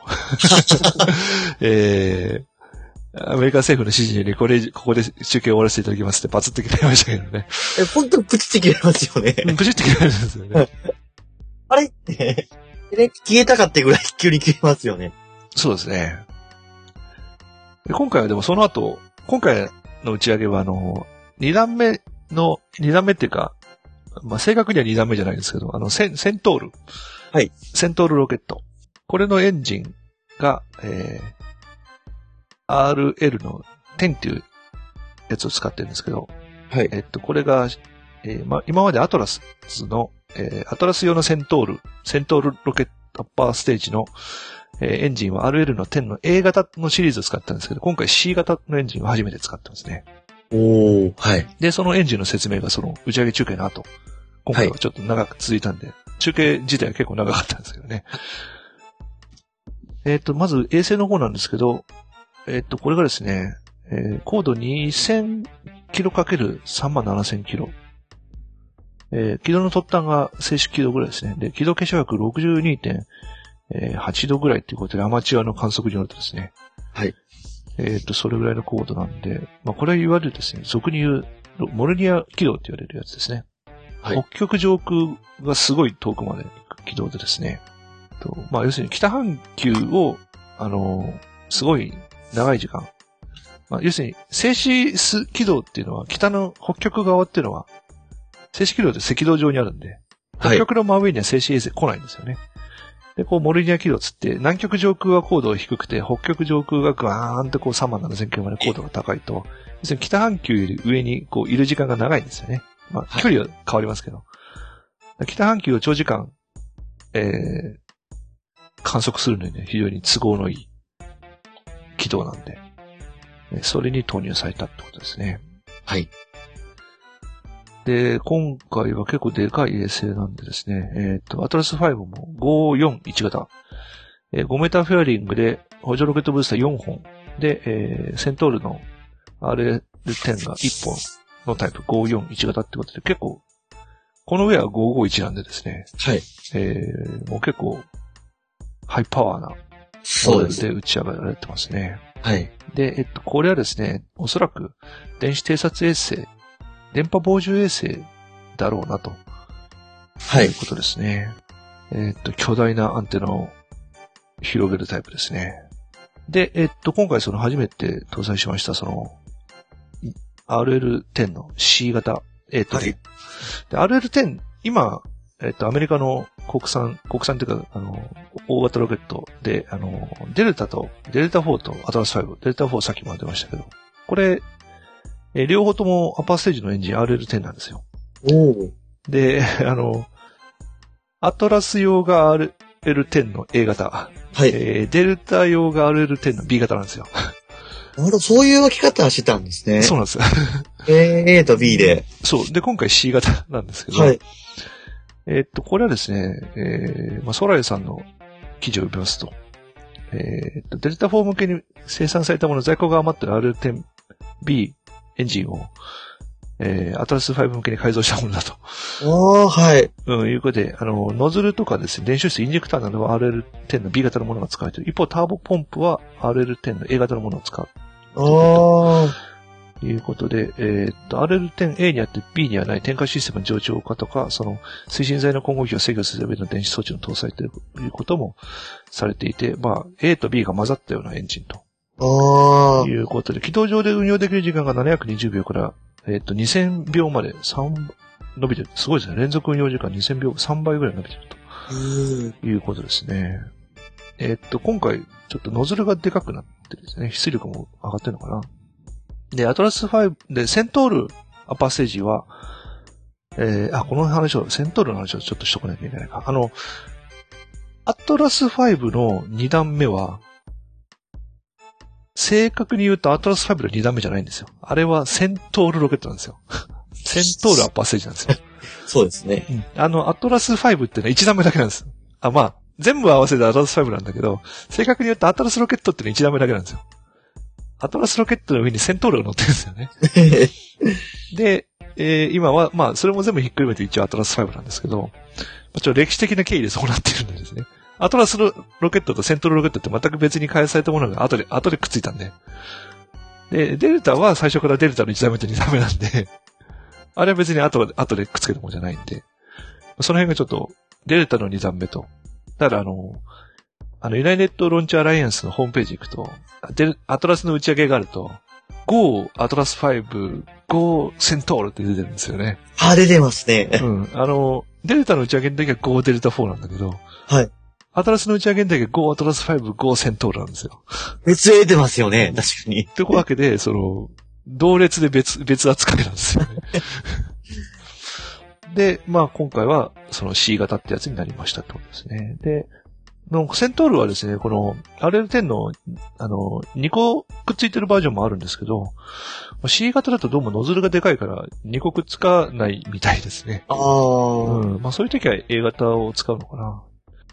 えー、アメリカ政府の指示により、これ、ここで中継を終わらせていただきますってパツッと切れましたけどね。 え、本当にプチって切れますよね。 プチって切れるんですよね。 あれって、消えたかってぐらい急に切れますよね。 そうですね。 で今回はでもその後、今回の打ち上げはあの、二段目の、二段目っていうか、まあ、正確には二段目じゃないんですけど、あの、セン、セントール。 はい。 セントールロケット。これのエンジンが、えー、アールエル のじゅうっていうやつを使ってるんですけど、 はい。 えっと、これが、えー、まあ、今までアトラスの、えー、アトラス用のセントール、セントールロケットアッパーステージの、えー、エンジンは アールエル のじゅうの A 型のシリーズを使ったんですけど、今回 C 型のエンジンを初めて使ってますね。 おー、はい。 で、そのエンジンの説明がその打ち上げ中継の後、今回はちょっと長く続いたんで、はい、中継自体は結構長かったんですけどね。えっと、まず衛星の方なんですけど、えっと、これがですね、えー、高度にせんキロかけるさんまんななせんキロ。えー、軌道の突端が静止軌道ぐらいですね。で、軌道傾斜角 ろくじゅうにてんはち 度ぐらいということで、アマチュアの観測によるとですね。 はい。 えっと、それぐらいの高度なんで、まあ、これはいわゆるですね、俗に言う、モルニア軌道って言われるやつですね。はい。北極上空がすごい遠くまで行く軌道でですね。とまあ、要するに北半球を、あのー、すごい長い時間。まあ、要するに、静止軌道っていうのは、北の北極側っていうのは、静止軌道って赤道上にあるんで、北極の真上には静止衛星来ないんですよね。はい、で、こう、モルニア軌道つって、南極上空は高度が低くて、北極上空がグワーンとこうさんまんななせんキロまで高度が高いと、要するに北半球より上にこう、いる時間が長いんですよね。まあ、距離は変わりますけど。はい、北半球を長時間、えー、観測するのにね、非常に都合のいい軌道なんで、それに投入されたってことですね。 はい。 で、今回は結構でかい衛星なんでですね、えっと、アトラスファイブもごーよんいち型、えー、ごメーターフェアリングで補助ロケットブースターよんほんで、えー、セントールの アールエルテン がいっぽんのタイプごーよんいち型ってことで結構、この上はごーごーいちなんでですね、 はい。 えー、もう結構、ハイパワーなモデルで打ち上げられてますね。 はい。 で、えっと、これはですね、おそらく電子偵察衛星、電波傍受衛星だろうなと。はい。ということですね。えっと、巨大なアンテナを広げるタイプですね。で、えっと、今回その初めて搭載しました、その、アールエルテン の C 型。えっと、はい、で アールエルテン、今、えっと、アメリカの国産、国産というか、あの、大型ロケットで、あの、デルタと、デルタフォーとアトラスファイブ、デルタフォーさっきも出ましたけど、これ、え、両方ともアッパーステージのエンジン アールエルテン なんですよ。 おー。 で、あの、アトラス用が アールエルテン の A 型。 はい。 えー、デルタ用が アールエルテン の B 型なんですよ。 なるほど、そういう分け方してたんですね。 そうなんですよ。 A と B で。 そう。で、今回 C 型なんですけど。 はい。 えー、っと、これはですね、えー、まあ、ソライさんの記事を読みますと、えー、っと、デルタフォー向けに生産されたもの、在庫が余ってる アールエルテン B エンジンを、えー、アトラスファイブ向けに改造したものだと。 ああ、はい。 うん、いうことで、あの、ノズルとかですね、電子質インジェクターなどは アールエルテン の B 型のものが使われている。一方、ターボポンプは アールエルテン の A 型のものを使う。 ああ。 ということで、えー、っと、アールエルテン エー にあって B にはない点火システムの上長化とか、その、推進剤の混合機を制御するための電子装置の搭載ということもされていて、まあ、A と B が混ざったようなエンジンと。 ああ。 いうことで、軌道上で運用できる時間がななひゃくにじゅうびょうから、えー、っと、にせんびょうまでさん、伸びてる。すごいですね。連続運用時間にせんびょう、さんばいぐらい伸びてると。いうことですね。えー、っと、今回、ちょっとノズルがでかくなってですね、出力も上がってるのかな。で、アトラスファイブで、セントールアッパーステージは、えー、あ、この話を、セントールの話をちょっとしとかなきゃいけないか。あの、アトラスファイブのに段目は、正確に言うとアトラスファイブのに段目じゃないんですよ。あれはセントールロケットなんですよ。セントールアッパーステージなんですよ。 そうですね。 うん。あの、アトラスファイブってのはいち段目だけなんです。あ、まあ、全部合わせてアトラスファイブなんだけど、正確に言うとアトラスロケットってのはいち段目だけなんですよ。アトラスロケットの上にセントールが乗ってるんですよね。で、えー、今は、まあ、それも全部ひっくるめて一応アトラスファイブなんですけど、ちょっと歴史的な経緯でそうなってるんですね。アトラスロケットとセントールロケットって全く別に開発されたものが後で、後でくっついたんで。で、デルタは最初からデルタのいち段目とに段目なんで、あれは別に後で、後でくっつけたものじゃないんで、その辺がちょっと、デルタのに段目と、だからあの、 あの、ユナイテッドロンチアライアンスのホームページ行くと、で、アトラスの打ち上げがあると、Go アトラスファイブ、Go セントールって出てるんですよね。 あ、出てますね。 うん。あの、デルタの打ち上げの時は Go デルタフォーなんだけど、 はい。 アトラスの打ち上げの時は Go アトラスファイブ、Go セントールなんですよ。 別で出てますよね、確かに。 というわけで、その、同列で別、別扱いなんですよね。で、まあ今回は、その C 型ってやつになりましたってことですね。で、のセントールはですね、この アールエルテン の、あの、にこくっついてるバージョンもあるんですけど、C 型だとどうもノズルがでかいからにこくっつかないみたいですね。 ああ。 うん。まあそういう時は A 型を使うのかな。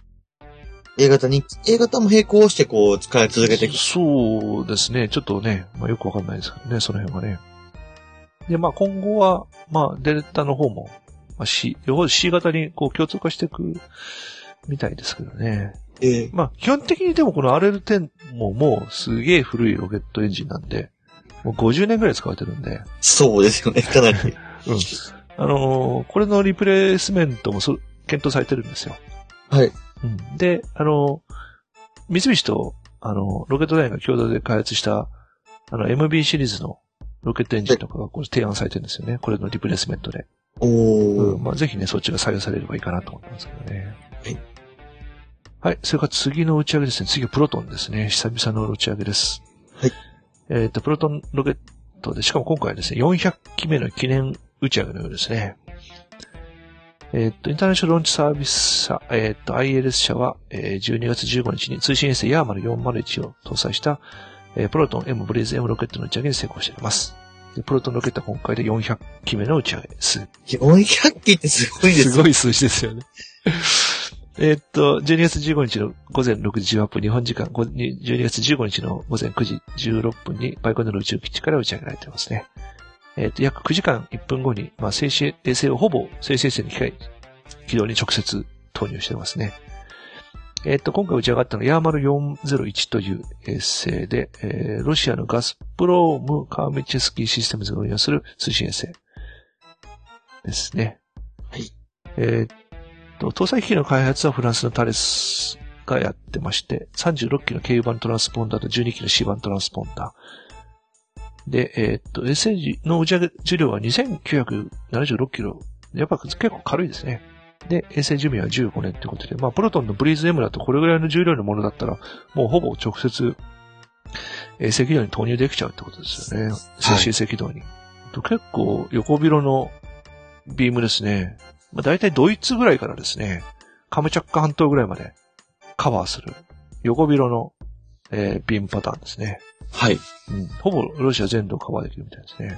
A 型に、A 型も並行してこう使い続けていく。 そうですね。ちょっとね、まあよくわかんないですけどね、その辺はね。で、まあ今後は、まあデルタの方も、まあ C、両方 C 型にこう共通化していくみたいですけどね。 ええ。 まあ、基本的にでもこの アールエルテン ももうすげえ古いロケットエンジンなんで、もうごじゅうねんぐらい使われてるんで。 そうですよね、かなり。 うん。あのー、これのリプレイスメントもそ検討されてるんですよ。 はい。 うん。で、あのー、三菱と、あのー、ロケットダイが共同で開発した、あの、エムビー シリーズのロケットエンジンとかがこう提案されてるんですよね。これのリプレイスメントで。 おー。 うん。まあ、ぜひね、そっちが採用されればいいかなと思ってますけどね。 はい。 はい。それから次の打ち上げですね。次はプロトンですね。久々の打ち上げです。 はい。 えっと、プロトンロケットで、しかも今回はですね、よんひゃっきめの記念打ち上げのようですね。えっと、インターナショナルロンチサービス社、えっと、アイエルエス 社は、えー、じゅうにがつじゅうごにちに通信衛星ヤーマルよんまるいちを搭載した、えー、プロトン M ブレイズ M ロケットの打ち上げに成功しています。で、プロトンロケットは今回でよんひゃっきめの打ち上げです。 よんひゃっきってすごいですね。 すごい数字ですよね。えー、っと、じゅうにがつじゅうごにちのごぜんろくじじゅうはっぷん、日本時間、じゅうにがつじゅうごにちのごぜんくじじゅうろっぷんにバイコネル宇宙基地から打ち上げられていますね。えー、っと、約くじかんいっぷんごに、まあ、静止衛星をほぼ静止衛星に機械、軌道に直接投入していますね。えー、っと、今回打ち上がったのはヤーマルよんぜろいちという衛星で、えー、ロシアのガスプロームカーメチェスキーシステムズが運用する通信衛星ですね。 はい。 えー搭載機器の開発はフランスのタレスがやってまして、さんじゅうろっきの ケーユー 版トランスポンダーとじゅうにきの C 版トランスポンダー。で、えー、っと、衛星の打ち上げ重量はにせんきゅうひゃくななじゅうろっキロ。やっぱ結構軽いですね。で、衛星寿命はじゅうごねんということで、まあ、プロトンのブリーズ M だとこれぐらいの重量のものだったら、もうほぼ直接衛星軌道に投入できちゃうってことですよね。静止衛星軌道に。はい、結構横広のビームですね。まあ、大体ドイツぐらいからですね、カムチャッカ半島ぐらいまでカバーする横広の、えー、ビームパターンですね。 はい。 うん。ほぼロシア全土をカバーできるみたいですね。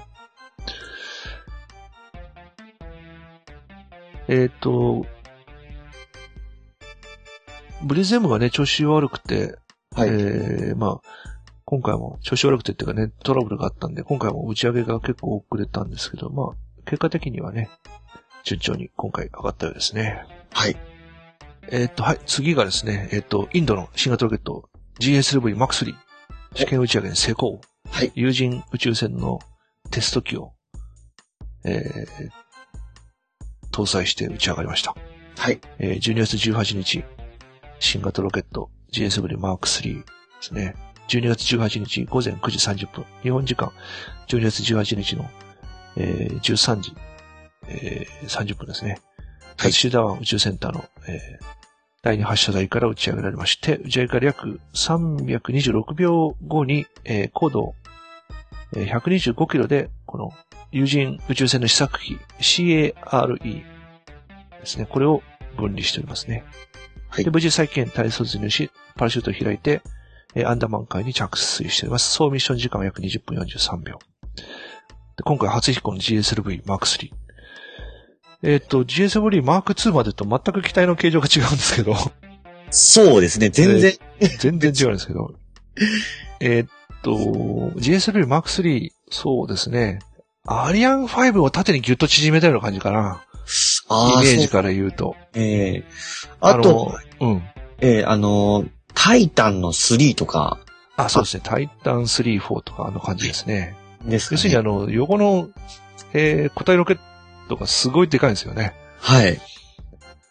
えっと、ブリズ M がね、調子悪くて、はい。えー、まあ、今回も調子悪くてっていうかね、トラブルがあったんで、今回も打ち上げが結構遅れたんですけど、まあ、結果的にはね、順調に今回上がったようですね。 はい。 えっと、はい。次がですね、えっと、インドの新型ロケット ジーエスエルブイマークスリー 試験打ち上げに成功。 はい。 有人宇宙船のテスト機を、えー、搭載して打ち上がりました。 はい。 えー、じゅうにがつじゅうはちにち、新型ロケット ジーエスエルブイマークスリー ですね。じゅうにがつじゅうはちにちごぜんくじさんじゅっぷん。日本時間じゅうにがつじゅうはちにちの、えー、じゅうさんじ、えー、さんじゅっぷんですね。はい。シュダワン宇宙センターの、えー、だいに発射台から打ち上げられまして、打ち上げから約さんびゃくにじゅうろくびょうごに、えー、高度、えー、ひゃくにじゅうごキロで、この有人宇宙船の試作機 シーエーアールイー ですね。これを分離しておりますね。はい。で、無事再起源体卒入し、パラシュートを開いて、えー、アンダマン海に着水しております。総ミッション時間は約にじゅっぷんよんじゅうさんびょう。で、今回初飛行の ジーエスエルブイマークスリー。えっと、ジーエスエルブイマークツー までと全く機体の形状が違うんですけど。 そうですね、全然。 えー、全然違うんですけど。えっと、ジーエスエルブイマークスリー、そうですね。アリアンファイブを縦にギュッと縮めたような感じかな。あイメージから言うと。 ええー、あと、 うん。 えー、あの、タイタンのスリーとか。 あ、そうですね。タイタンスリー、フォーとかあの感じですね。 ですかね。 要するにあの、横の、えー、固体ロケットがすごいでかいんですよね。 はい。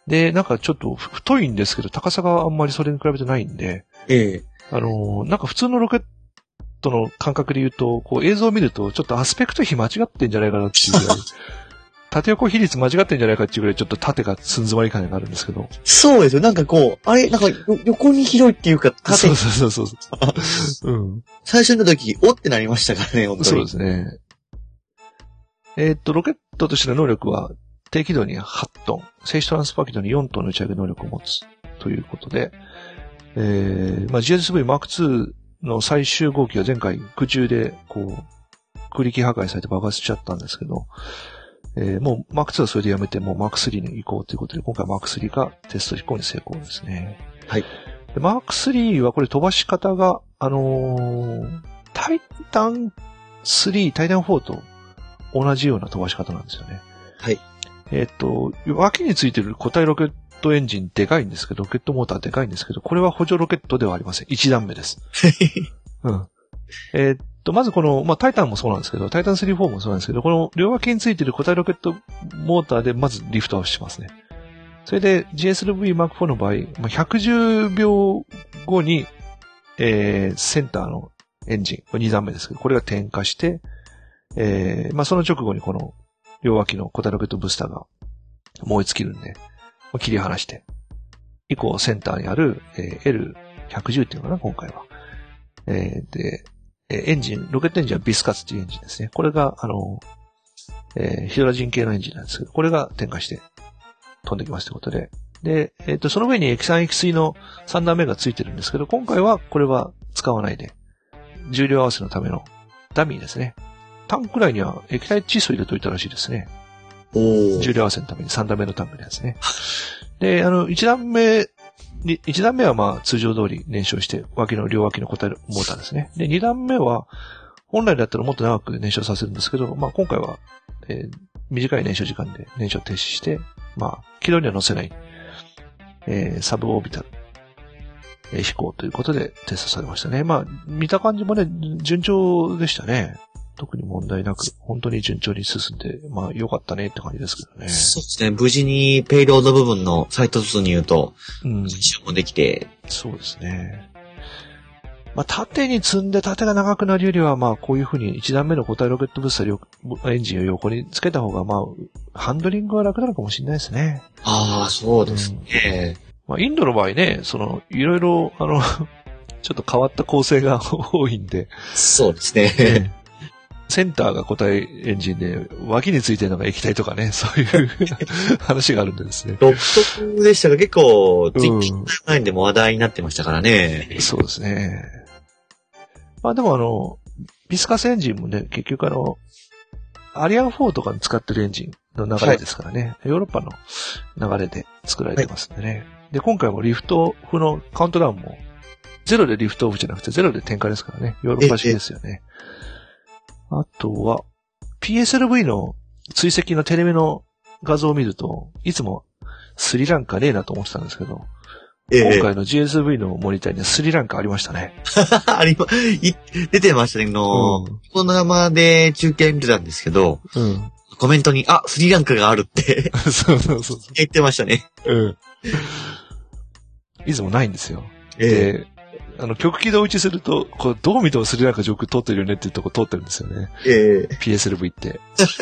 で、なんかちょっと太いんですけど、高さがあんまりそれに比べてないんで、 ええ。 あの、なんか普通のロケットの感覚で言うと、こう映像を見ると、ちょっとアスペクト比間違ってんじゃないかなっていうぐらい、縦横比率間違ってんじゃないかっていうぐらい、ちょっと縦がつんづまり感があるんですけど。 そうですよ。なんかこう、あれ、なんか横に広いっていうか、縦に。そうそうそうそう。うん。 最初の時、おってなりましたからね、本当に。 そうですね。えー、っと、ロケットとしての能力は、低軌道にはちトン、静止トランスファー軌道によんトンの打ち上げ能力を持つということで、えー、まあ、ジーエスブイマークツー の最終号機は前回空中で、こう、空力破壊されて爆発しちゃったんですけど、えー、もう マークツー はそれでやめて、もう マークスリー に移行ということで、今回 マークスリー がテスト飛行に成功ですね。 はい。 で マークスリー はこれ飛ばし方が、あのー、タイタンスリー、タイタンフォーと同じような飛ばし方なんですよね。 はい。 えっと、脇についてる固体ロケットエンジンでかいんですけど、ロケットモーターでかいんですけど、これは補助ロケットではありません。一段目です。うん。えっと、まずこの、まあ、タイタンもそうなんですけど、タイタンスリー、フォーもそうなんですけど、この両脇についてる固体ロケットモーターでまずリフトアップしますね。それで ジーエスエルブイマークフォー の場合、まあ、ひゃくじゅうびょうごに、えー、センターのエンジン、これに段目ですけど、これが点火して、えー、まあ、その直後にこの両脇の固体ロケットブースターが燃え尽きるんで、切り離して、以降センターにある、えー、エルひゃくじゅう っていうのかな、今回は。えー、で、エンジン、ロケットエンジンはビスカツっていうエンジンですね。これが、あの、えー、ヒドラジン系のエンジンなんですけど、これが点火して飛んできますということで。で、えっと、その上に液酸液水のさん段目がついてるんですけど、今回はこれは使わないで、重量合わせのためのダミーですね。タンク内には液体窒素入れといたらしいですね。 お重量合わせのためにさん段目のタンクのやつね。で、あの、いち段目、いち段目はまあ通常通り燃焼して、脇の両脇の固体モーターですね。で、に段目は、本来だったらもっと長く燃焼させるんですけど、まあ今回は、えー、短い燃焼時間で燃焼停止して、まあ、軌道には乗せない、えー、サブオービタル、えー、飛行ということでテストされましたね。まあ、見た感じもね、順調でしたね。特に問題なく、本当に順調に進んで、まあ良かったねって感じですけどね。 そうですね。無事にペイロード部分のサイト突入と、 うん。 実証もできて。 そうですね。まあ縦に積んで縦が長くなるよりは、まあこういうふうにいち段目の固体ロケットブースターエンジンを横につけた方が、まあ、ハンドリングは楽なのかもしれないですね。 ああ、そうですね。 うん、まあインドの場合ね、その、いろいろ、あの、ちょっと変わった構成が多いんで。 そうですね。 ねセンターが固体エンジンで、脇についてるのが液体とかね、そういう話があるんでですね。 独特でしたが結構、実機前でも話題になってましたからね、 うん。そうですね。まあでもあの、ビスカスエンジンもね、結局あの、アリアンフォーとかに使ってるエンジンの流れですからね、はい、ヨーロッパの流れで作られてますんでね。はい、で、今回もリフトオフのカウントダウンも、ゼロでリフトオフじゃなくてゼロで点火ですからね、ヨーロッパ式ですよね。あとは、ピーエスエルブイ の追跡のテレビの画像を見ると、いつもスリランカねえなと思ってたんですけど、ええ、今回の ジーエスブイ のモニターにはスリランカありましたね。 ありま、い、出てましたね。の、うん、この生で中継見てたんですけど、うん、コメントに、あ、スリランカがあるってそうそうそう言ってましたね。 うん。いつもないんですよ。 ええあの、極軌道打ちすると、こう、どう見てもスリランカ上空通ってるよねっていうとこ通ってるんですよね。 ええピーエスエルブイ って。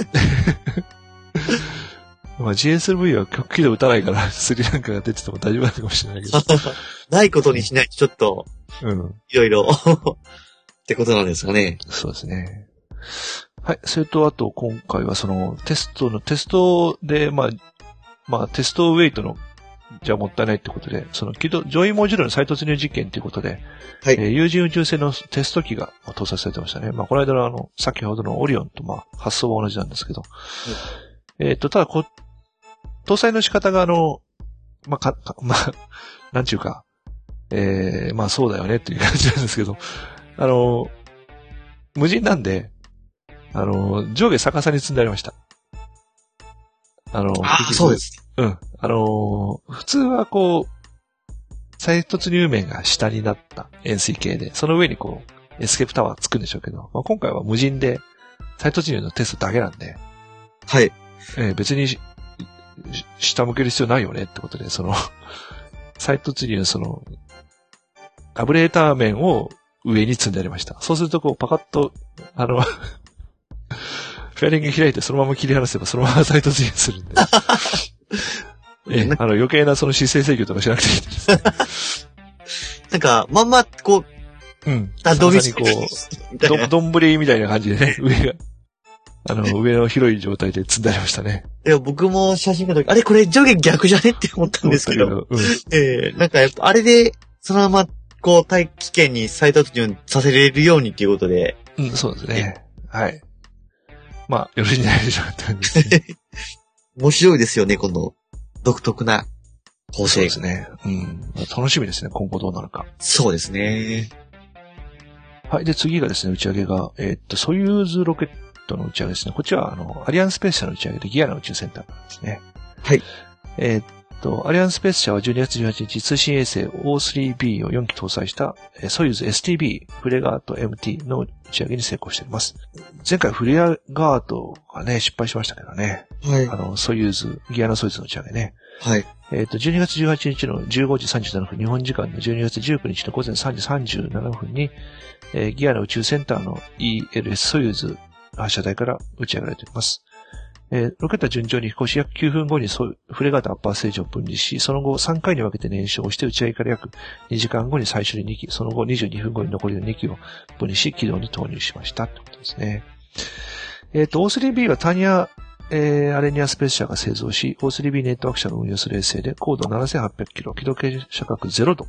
まあ ジーエスエルブイ は極軌道打たないから、スリランカが出てても大丈夫なのかもしれないけど。 ないことにしないとちょっと、うん。いろいろ、ってことなんですかね。 そうですね。はい。それと、あと、今回はその、テストの、テストで、まあ、まあ、テストウェイトの、じゃあもったいないってことで、その軌道、ジョイモジュールの再突入実験ということで、はい。えー、有人宇宙船のテスト機が搭載されてましたね。まあ、この間のあの、先ほどのオリオンとまあ、発想は同じなんですけど、うん、えっと、ただこ、搭載の仕方があの、まあ、か、かまあ、なんちゅうか、えー、まあそうだよねっていう感じなんですけど、あの、無人なんで、あの、上下逆さに積んでありました。あの、 ああ、そうです。 うん。あのー、普通はこう、再突入面が下になった円錐形で、その上にこう、エスケープタワーつくんでしょうけど、まあ、今回は無人で再突入のテストだけなんで、 はい。 えー、別に、 下向ける必要ないよねってことで、その、再突入のその、アブレーター面を上に積んでありました。そうするとこうパカッと、あの、フェアリング開いてそのまま切り離せばそのまま再突入するんで。ええ、あの余計なその姿勢制御とかしなくていいです。 なんか、まんま、こう、うん。 あ、どびしこう、ど、どんぶりみたいな感じでね、上が、あの、上の広い状態で積んでありましたね。 いや、僕も写真見たとき、あれこれ上下逆じゃねって思ったんですけど。けどうん、ええー、なんかやっぱ、あれで、そのまま、こう、大気圏に再突入させれるようにっていうことで。 うん、そうですね。はい。まあ、よろしいんじゃないでしょうかって感じですね。 面白いですよね、この、独特な構成。 そうですね。うん。楽しみですね、今後どうなるか。 そうですね。 はい。で、次がですね、打ち上げが、えー、っと、ソユーズロケットの打ち上げですね。こっちは、あの、アリアンスペース社の打ち上げでギアナ宇宙センターなんですね。 はい。 えー、っと、アリアンスペース社はじゅうにがつじゅうはちにち、通信衛星 オースリービー をよんき搭載した、ソユーズ エスティービー フレガート エムティー の打ち上げに成功しています。前回フレガートがね、失敗しましたけどね。 はい。 あの、ソユーズ、ギアナソユーズの打ち上げね。 はい。 えっと、じゅうにがつじゅうはちにちのじゅうごじさんじゅうななふん、日本時間のじゅうにがつじゅうくにちのごぜんさんじさんじゅうななふんに、えー、ギアナ宇宙センターの イーエルエス ソユーズ発射台から打ち上げられています。えー、ロケットは順調に飛行し、約きゅうふんごにフレガートアッパーステージを分離し、その後さんかいに分けて燃焼して打ち上げから約にじかんごに最初ににき、その後にじゅうにふんごに残りのにきを分離し、軌道に投入しましたってことですね。えっと、オースリービー はタニア、えー、アレニアスペース社が製造し、オースリービー ネットワーク社が運用する衛星で、高度ななせんはっぴゃくキロ、軌道傾斜角ゼロど。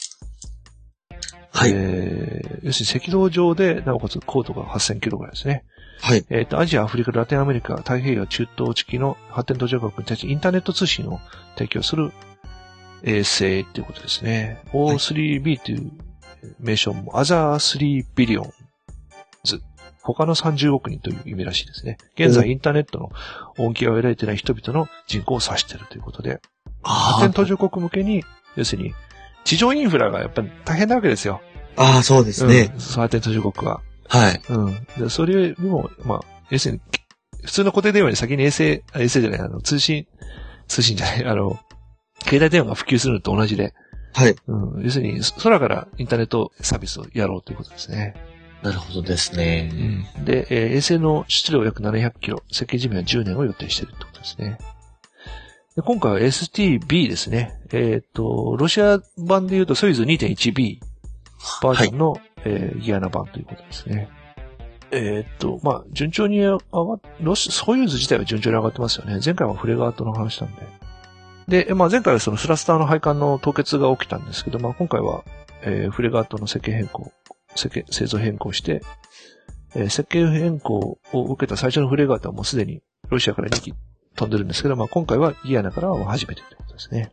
はい。 えー、要するに赤道上で、なおかつ高度がはっせんキロぐらいですね。 はい。 えっと、アジア、アフリカ、ラテンアメリカ、太平洋、中東地域の発展途上国に対してインターネット通信を提供する衛星っていうことですね。はい、オースリービー という名称も、アザースリービリオンズ。他のさんじゅうおくにんという意味らしいですね。現在、インターネットの恩恵を得られていない人々の人口を指しているということで、発展途上国向けに、要するに、地上インフラがやっぱり大変なわけですよ。 ああ、そうですね。 うん、発展途上国は。 はい。 うん。で、それよりも、まあ、要するに、普通の固定電話に先に衛星、衛星じゃない、あの、通信、通信じゃない、あの、携帯電話が普及するのと同じで。 はい。 うん。要するに、空からインターネットサービスをやろうということですね。 なるほどですね。 うん。で、えー、衛星の質量約ななひゃくキロ、設計寿命はじゅうねんを予定しているってことですね。で今回は エスティービー ですね。えっと、ロシア版で言うとソユーズ にてんいちビー バージョンの、はい、えー、ギアナ版ということですね。えっと、まあ、順調に上がっ、ロシ、ソユーズ自体は順調に上がってますよね。前回はフレガートの話なんで。で、まあ、前回はそのスラスターの配管の凍結が起きたんですけど、まあ、今回は、えー、フレガートの設計変更、設計、製造変更して、えー、設計変更を受けた最初のフレガートはもうすでにロシアからにき飛んでるんですけど、まあ、今回はギアナからは初めてということですね。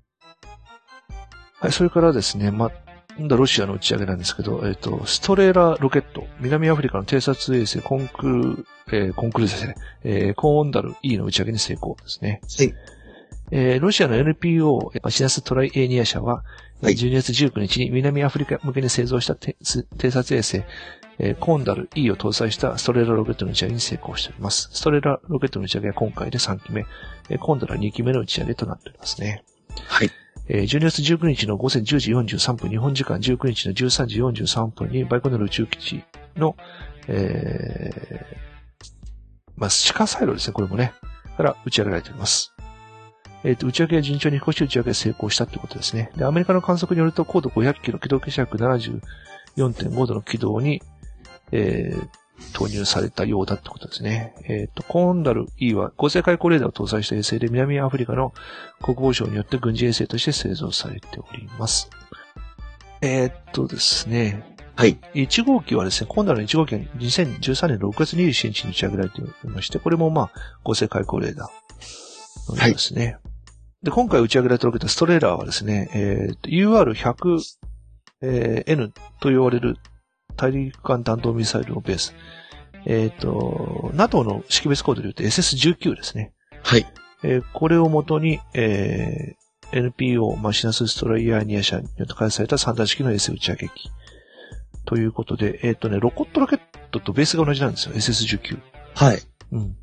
はい、それからですね、まあ、ロシアの打ち上げなんですけど、えっと、ストレーラロケット、南アフリカの偵察衛星コンクル、えー、コンクルですね、えー、コーンダル E の打ち上げに成功ですね。 はい。 えー、ロシアの エヌピーオー、マシナストライエーニア社は、はい、じゅうにがつじゅうくにちに南アフリカ向けに製造した偵察衛星、えー、コーンダル E を搭載したストレーラロケットの打ち上げに成功しております。ストレーラロケットの打ち上げは今回でさんきめ、えー、コーンダルはにきめの打ち上げとなっておりますね。 はい。 えー、じゅうにがつじゅうくにちのごぜんじゅうじよんじゅうさんぷん、日本時間じゅうくにちのじゅうさんじよんじゅうさんぷんにバイコヌール宇宙基地の、えー、まあ、地下サイロですね、これもね、から打ち上げられております。えっと、打ち上げは順調に飛行し打ち上げ成功したということですね。で、アメリカの観測によると高度ごひゃくキロ、軌道傾斜角 ななじゅうよんてんごどの軌道に、えー、投入されたようだってことですね。えっと、コーンダル E は合成開口レーダーを搭載した衛星で南アフリカの国防省によって軍事衛星として製造されております。えー、っとですね。 はい。 いち号機はですね、コーンダルのいち号機はにせんじゅうさんねんろくがつにじゅうしちにちに打ち上げられておりまして、これもまあ、合成開口レーダーのようですね。はい。で、今回打ち上げられたロケットストレーラーはですね、えー、ユーアールひゃくエヌ と言われる大陸間弾道ミサイルのベース。えっと、NATO の識別コードで言うと エスエスじゅうきゅう ですね。 はい。 えー、これをもとに、えー、エヌピーオー マシナスストライヤーニア社によって開発されたさんだん式の衛星打ち上げ機。ということで、えっとね、ロコットロケットとベースが同じなんですよ。エスエスじゅうきゅう。 はい。 うん。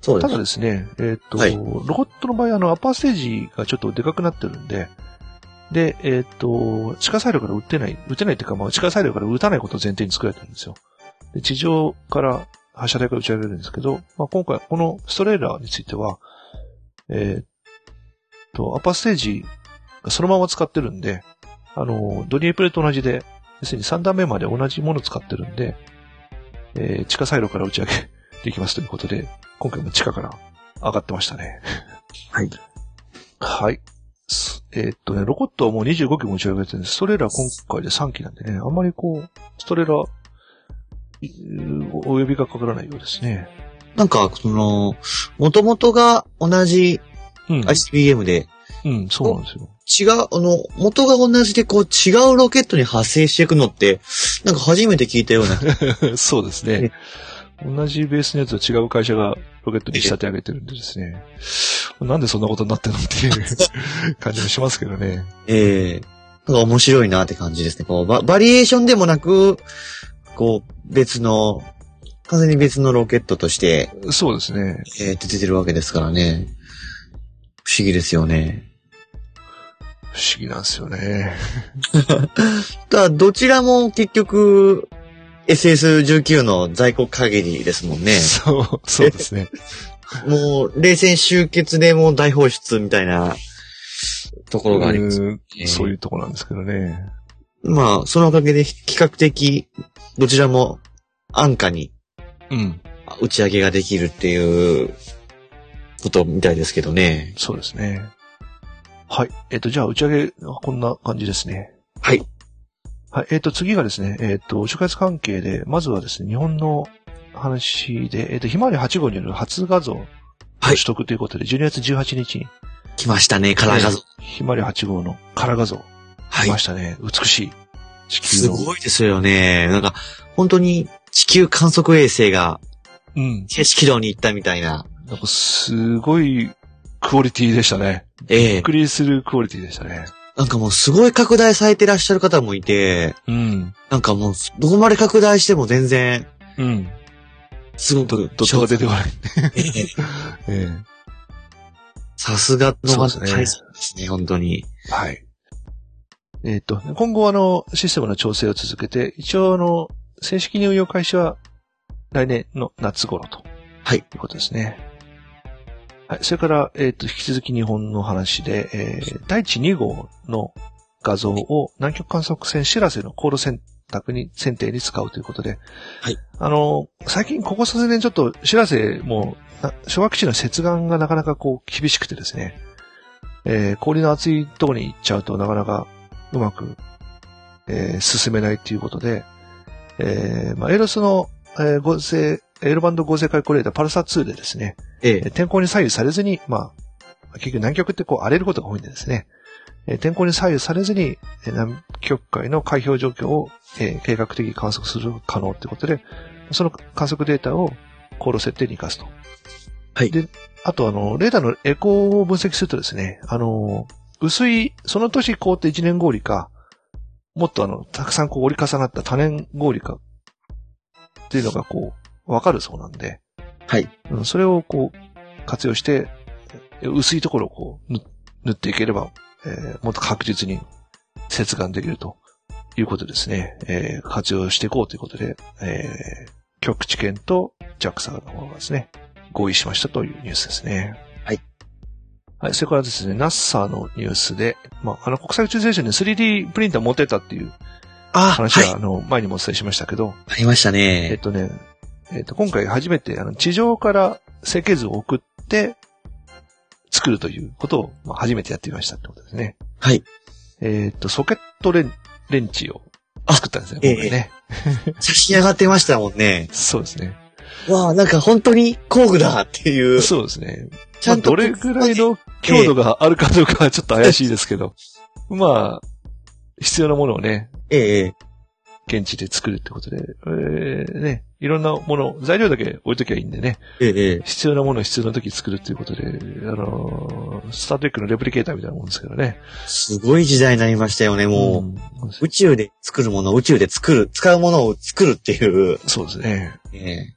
そうです。 ただですね、えっ、ー、と、 はい、 ロボットの場合、あの、アッパーステージがちょっとでかくなってるんで、で、えっ、ー、と、地下サイドから撃ってない、撃てないっていうか、まあ、地下サイドから撃たないことを前提に作られてるんですよ。で、地上から発射台から打ち上げるんですけど、まあ、今回、このストレーラーについては、えっ、ー、と、アッパーステージがそのまま使ってるんで、あの、ドニエプレと同じで、要するにさん段目まで同じものを使ってるんで、えー、地下サイドから打ち上げできますということで、今回も地下から上がってましたね。 はい。 はい。えー、っとね、ロボットはもうにじゅうごきも打ち上げてるんです。ストレーラー今回でさんきなんでね、あんまりこう、ストレーラー、お呼びがかからないようですね。 なんか、その、元々が同じ アイシービーエム で、 うん、うん、そうなんですよ。 違う、あの、元が同じでこう違うロケットに派生していくのって、なんか初めて聞いたような。 そうですね。同じベースのやつを違う会社がロケットに仕立て上げてるんでですね。なんでそんなことになってるのっていう感じもしますけどね。 ええー、なんか面白いなって感じですね。こうバ、バリエーションでもなく、こう、別の、完全に別のロケットとして。 そうですね。 えー、出てるわけですからね。不思議ですよね。 不思議なんですよね。 ただ、どちらも結局、エスエスじゅうきゅう の在庫限りですもんね。 そう、そうですね。 もう、冷戦終結でもう大放出みたいなところがあります、ね。 そういうところなんですけどね。 まあ、そのおかげで比較的、どちらも安価に、 うん。 打ち上げができるっていうことみたいですけどね。 そうですね。はい。えっと、じゃあ打ち上げ、こんな感じですね。 はい。 はい。えっと、次がですね、えっと、宇宙開発関係で、まずはですね、日本の話で、えっと、ひまわりはち号による初画像の取得ということで、はい、じゅうにがつじゅうはちにちに。 来ましたね、カラー画像。 ひまわりはち号のカラー画像。はい。来ましたね。美しい。 地球の。すごいですよね。なんか、本当に地球観測衛星が、うん。景色道に行ったみたいな。 なんか、すごいクオリティでしたね。ええ。びっくりするクオリティでしたね。 なんかもうすごい拡大されてらっしゃる方もいて、うん。なんかもう、どこまで拡大しても全然、うん。すごく、 どっとが出てこない。ええ。 ええ。さすがの大切ですね、本当に。 はい。えっと、今後あの、システムの調整を続けて、一応あの、正式に運用開始は来年の夏頃と。はい。いうことですね。はい。それから、えっと、引き続き日本の話で、えー、だいいちに号の画像を南極観測船しらせの高度選択に、選定に使うということで。はい。あの、最近ここ数年ちょっとしらせも、小学基地の接岸がなかなかこう、厳しくてですね。えー、氷の厚いところに行っちゃうとなかなかうまく、えー、進めないということで、えー、まあ、エロスの、えー、合成、エロバンド合成カルコレーターパルサーツーでですね、ええ、天候に左右されずに、まあ、結局南極ってこう荒れることが多いんでですね、えー、天候に左右されずに、えー、南極海の海氷状況を、えー、計画的に観測する可能ということで、その観測データを高度設定に活かすと。はい。で、あとあの、レーダーのエコーを分析するとですね、あの、薄い、その年凍って一年氷か、もっとあの、たくさんこう折り重なった多年氷か、っていうのがこう、わかるそうなんで。はい。うん、それをこう、活用して、薄いところをこう、塗っていければ、えー、もっと確実に接岸できるということですね。えー、活用していこうということで、えー、極地研と ジャクサ の方がですね、合意しましたというニュースですね。はい。はい。それからですね、ナッサ のニュースで、まあ、あの、国際宇宙ステーションに スリーディー プリンター持ってたっていう話は、あ、はい、あの、前にもお伝えしましたけど。 ありましたね。 えっとね、えっと、今回初めて、あの、地上から設計図を送って、作るということを、まあ、初めてやってみましたってことですね。はい。えっと、ソケットレン、レンチを作ったんですね、今回ね。 えー、写真上がってましたもんね。 そうですね。 わあ、なんか本当に工具だっていう。 そうですね。ちゃんと、まあ、どれぐらいの強度があるかどうかはちょっと怪しいですけど、えー、まあ、必要なものをね、ええ、現地で作るってことで、えー、ね、いろんなもの、材料だけ置いときゃいいんでね、ええ、必要なものを必要な時作るっていうことで、あのー、スタートレックのレプリケーターみたいなもんですけどね。 すごい時代になりましたよね、もう。うん、宇宙で作るものを宇宙で作る、使うものを作るっていう。 そうですね。 ええ、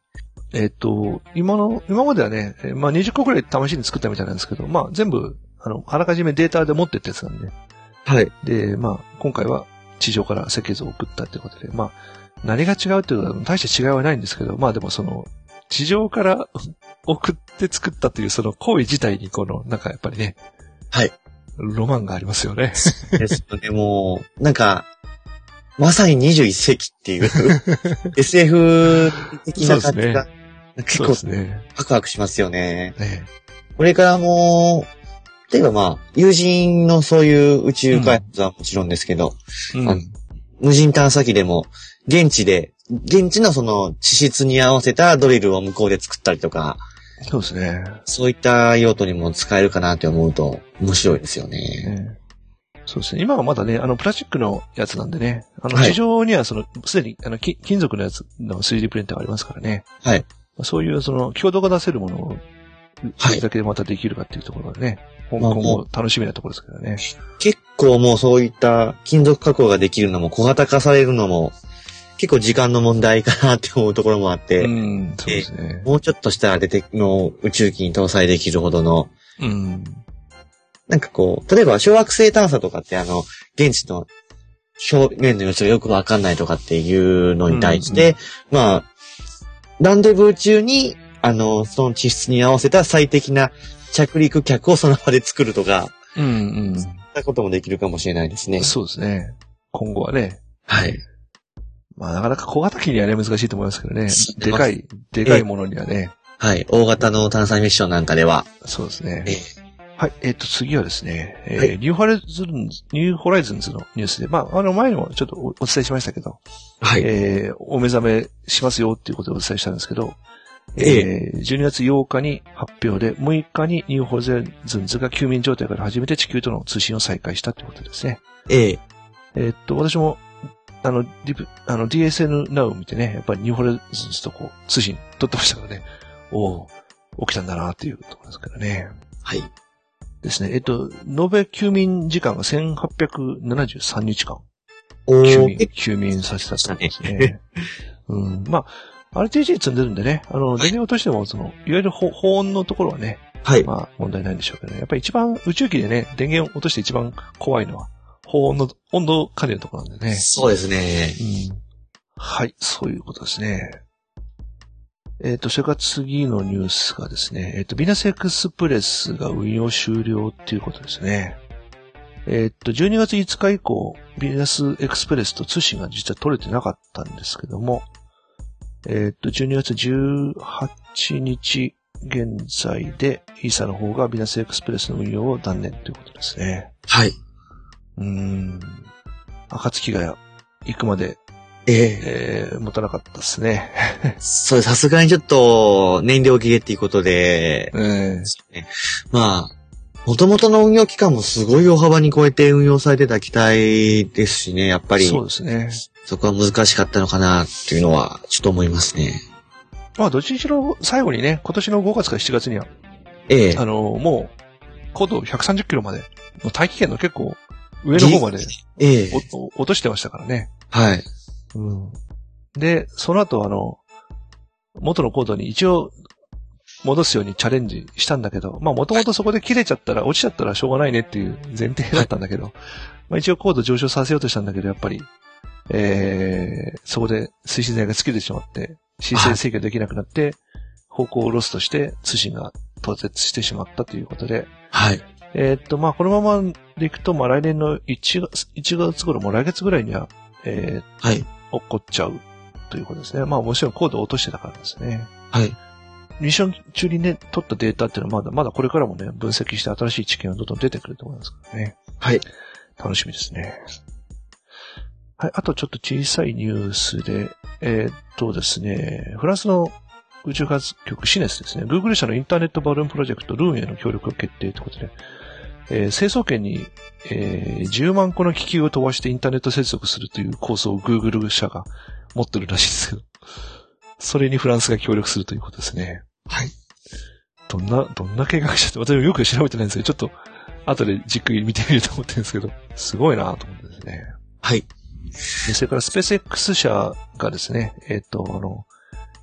えっと、今の、今まではね、まあにじゅっこくらい試しに作ったみたいなんですけど、まあ全部、あの、あらかじめデータで持ってったやつなんで、ね。 はい。 で、まあ今回は地上から設計図を送ったってことで、まあ何が違うっていうのは大して違いはないんですけど、まあでもその、地上から送って作ったというその行為自体にこの、なんかやっぱりね、 はい。 ロマンがありますよね。 ですよね、もう、なんか、まさににじゅういっせいきっていう、エスエフ 的な感じが、ね、結構、ね、ワクワクしますよね。ねこれからも、例えばまあ、友人のそういう宇宙開発はもちろんですけど、うん、あの無人探査機でも、現地で、現地のその地質に合わせたドリルを向こうで作ったりとか、 そうですね。 そういった用途にも使えるかなって思うと面白いですよね。ねそうですね。今はまだね、あの、プラスチックのやつなんでね、あの、地上にはその、すでに、あの、金属のやつの スリーディー プリンターがありますからね。 はい。 そういう、その、強度が出せるものを、それだけでまたできるかっていうところがね、はい、今後楽しみなところですけどね。 結構もうそういった金属加工ができるのも小型化されるのも、結構時間の問題かなって思うところもあって、 うん、そうですね。 もうちょっとしたら出ての宇宙機に搭載できるほどの、 うん、 なんかこう、例えば小惑星探査とかってあの、現地の表面の様子がよくわかんないとかっていうのに対して、うんうん、まあ、ランデブー中に、あの、その地質に合わせた最適な着陸客をその場で作るとか、 うんうん。 そんなこともできるかもしれないですね。 そうですね。今後はね。 はい。 まあ、なかなか小型機にはね、難しいと思いますけどね。でかい、でかいものにはね。 はい。大型の探査ミッションなんかでは。 そうですね。 えはい。えっと、次はですね、えーはい、 ニューホライズンズ、ニューホライズンズのニュースで、まあ、あの、前にもちょっとお伝えしましたけど、 はい。 えー、お目覚めしますよっていうことでお伝えしたんですけど、 ええー、じゅうにがつようかに発表で、むいかにニューホライズンズが休眠状態から初めて地球との通信を再開したということですね。 えええー、っと、私も、あの、ディプ、あの、ディーエスエヌ ナウを見てね、やっぱりニューホライズンズとこう、通信取ってましたからね、おー、起きたんだなっていうところですからね。 はい。 ですね。えっと、延べ休眠時間がせんはっぴゃくななじゅうさんにちかん。 お休眠、休眠させたってことですね。うん。まあ、アールティージー 積んでるんでね、あの、電源落としても、その、いわゆる保温のところはね、 はい。 まあ、問題ないんでしょうけどね。やっぱり一番、宇宙機でね、電源を落として一番怖いのは、保温の、温度管理のところなんでね。 そうですね。 うん。はい、そういうことですね。えっと、それから次のニュースがですね、えっと、ビナスエクスプレスが運用終了っていうことですね。えっと、じゅうにがついつか以降、ビナスエクスプレスと通信が実は取れてなかったんですけども、えっと、じゅうにがつじゅうはちにち現在で、イーサの方がビナスエクスプレスの運用を断念ということですね。 はい。 うーん。暁が行くまで、 えええー、持たなかったですね。 それさすがにちょっと燃料切れっていうことで、 えー、 まあ、元々の運用期間もすごい大幅に超えて運用されてた機体ですしね、やっぱり。 そうですね。 そこは難しかったのかなっていうのはちょっと思いますね。 まあ、どっちにしろ最後にね、今年のごがつからしちがつには、 ええあの、もう、高度ひゃくさんじゅっキロまで、大気圏の結構上の方まで、 ええ、 落としてましたからね。 はい。 うん、で、その後あの、元の高度に一応戻すようにチャレンジしたんだけど、まあもともとそこで切れちゃったら、落ちちゃったらしょうがないねっていう前提だったんだけど、はい、まあ一応高度上昇させようとしたんだけど、やっぱり、えー、そこで推進剤が尽きてしまって、申請制御できなくなって、はい、方向をロスとして通信が途絶してしまったということで、 はい。 えー、っと、まあこのままでいくと、まあ来年のいちがつ、いちがつ頃、もう来月ぐらいには、えー、 はい。 起こっちゃうということですね。まあもちろん高度を落としてたからですね。 はい。 ミッション中にね、取ったデータっていうのはまだまだこれからもね、分析して新しい知見がどんどん出てくると思いますからね。 はい。 楽しみですね。はい。あとちょっと小さいニュースで、えー、っとですね、フランスの宇宙開発局シネスですね、Google 社のインターネットバルーンプロジェクトルーンへの協力を決定ということで、えー、成層圏に、えー、じゅうまんこの気球を飛ばしてインターネット接続するという構想を Google 社が持ってるらしいですけど、それにフランスが協力するということですね。 はい。 どんな、どんな計画者って、私もよく調べてないんですけど、ちょっと後でじっくり見てみると思ってるんですけど、すごいなと思ってですね。 はい。 でそれからスペース X 社がですね、えっと、あの、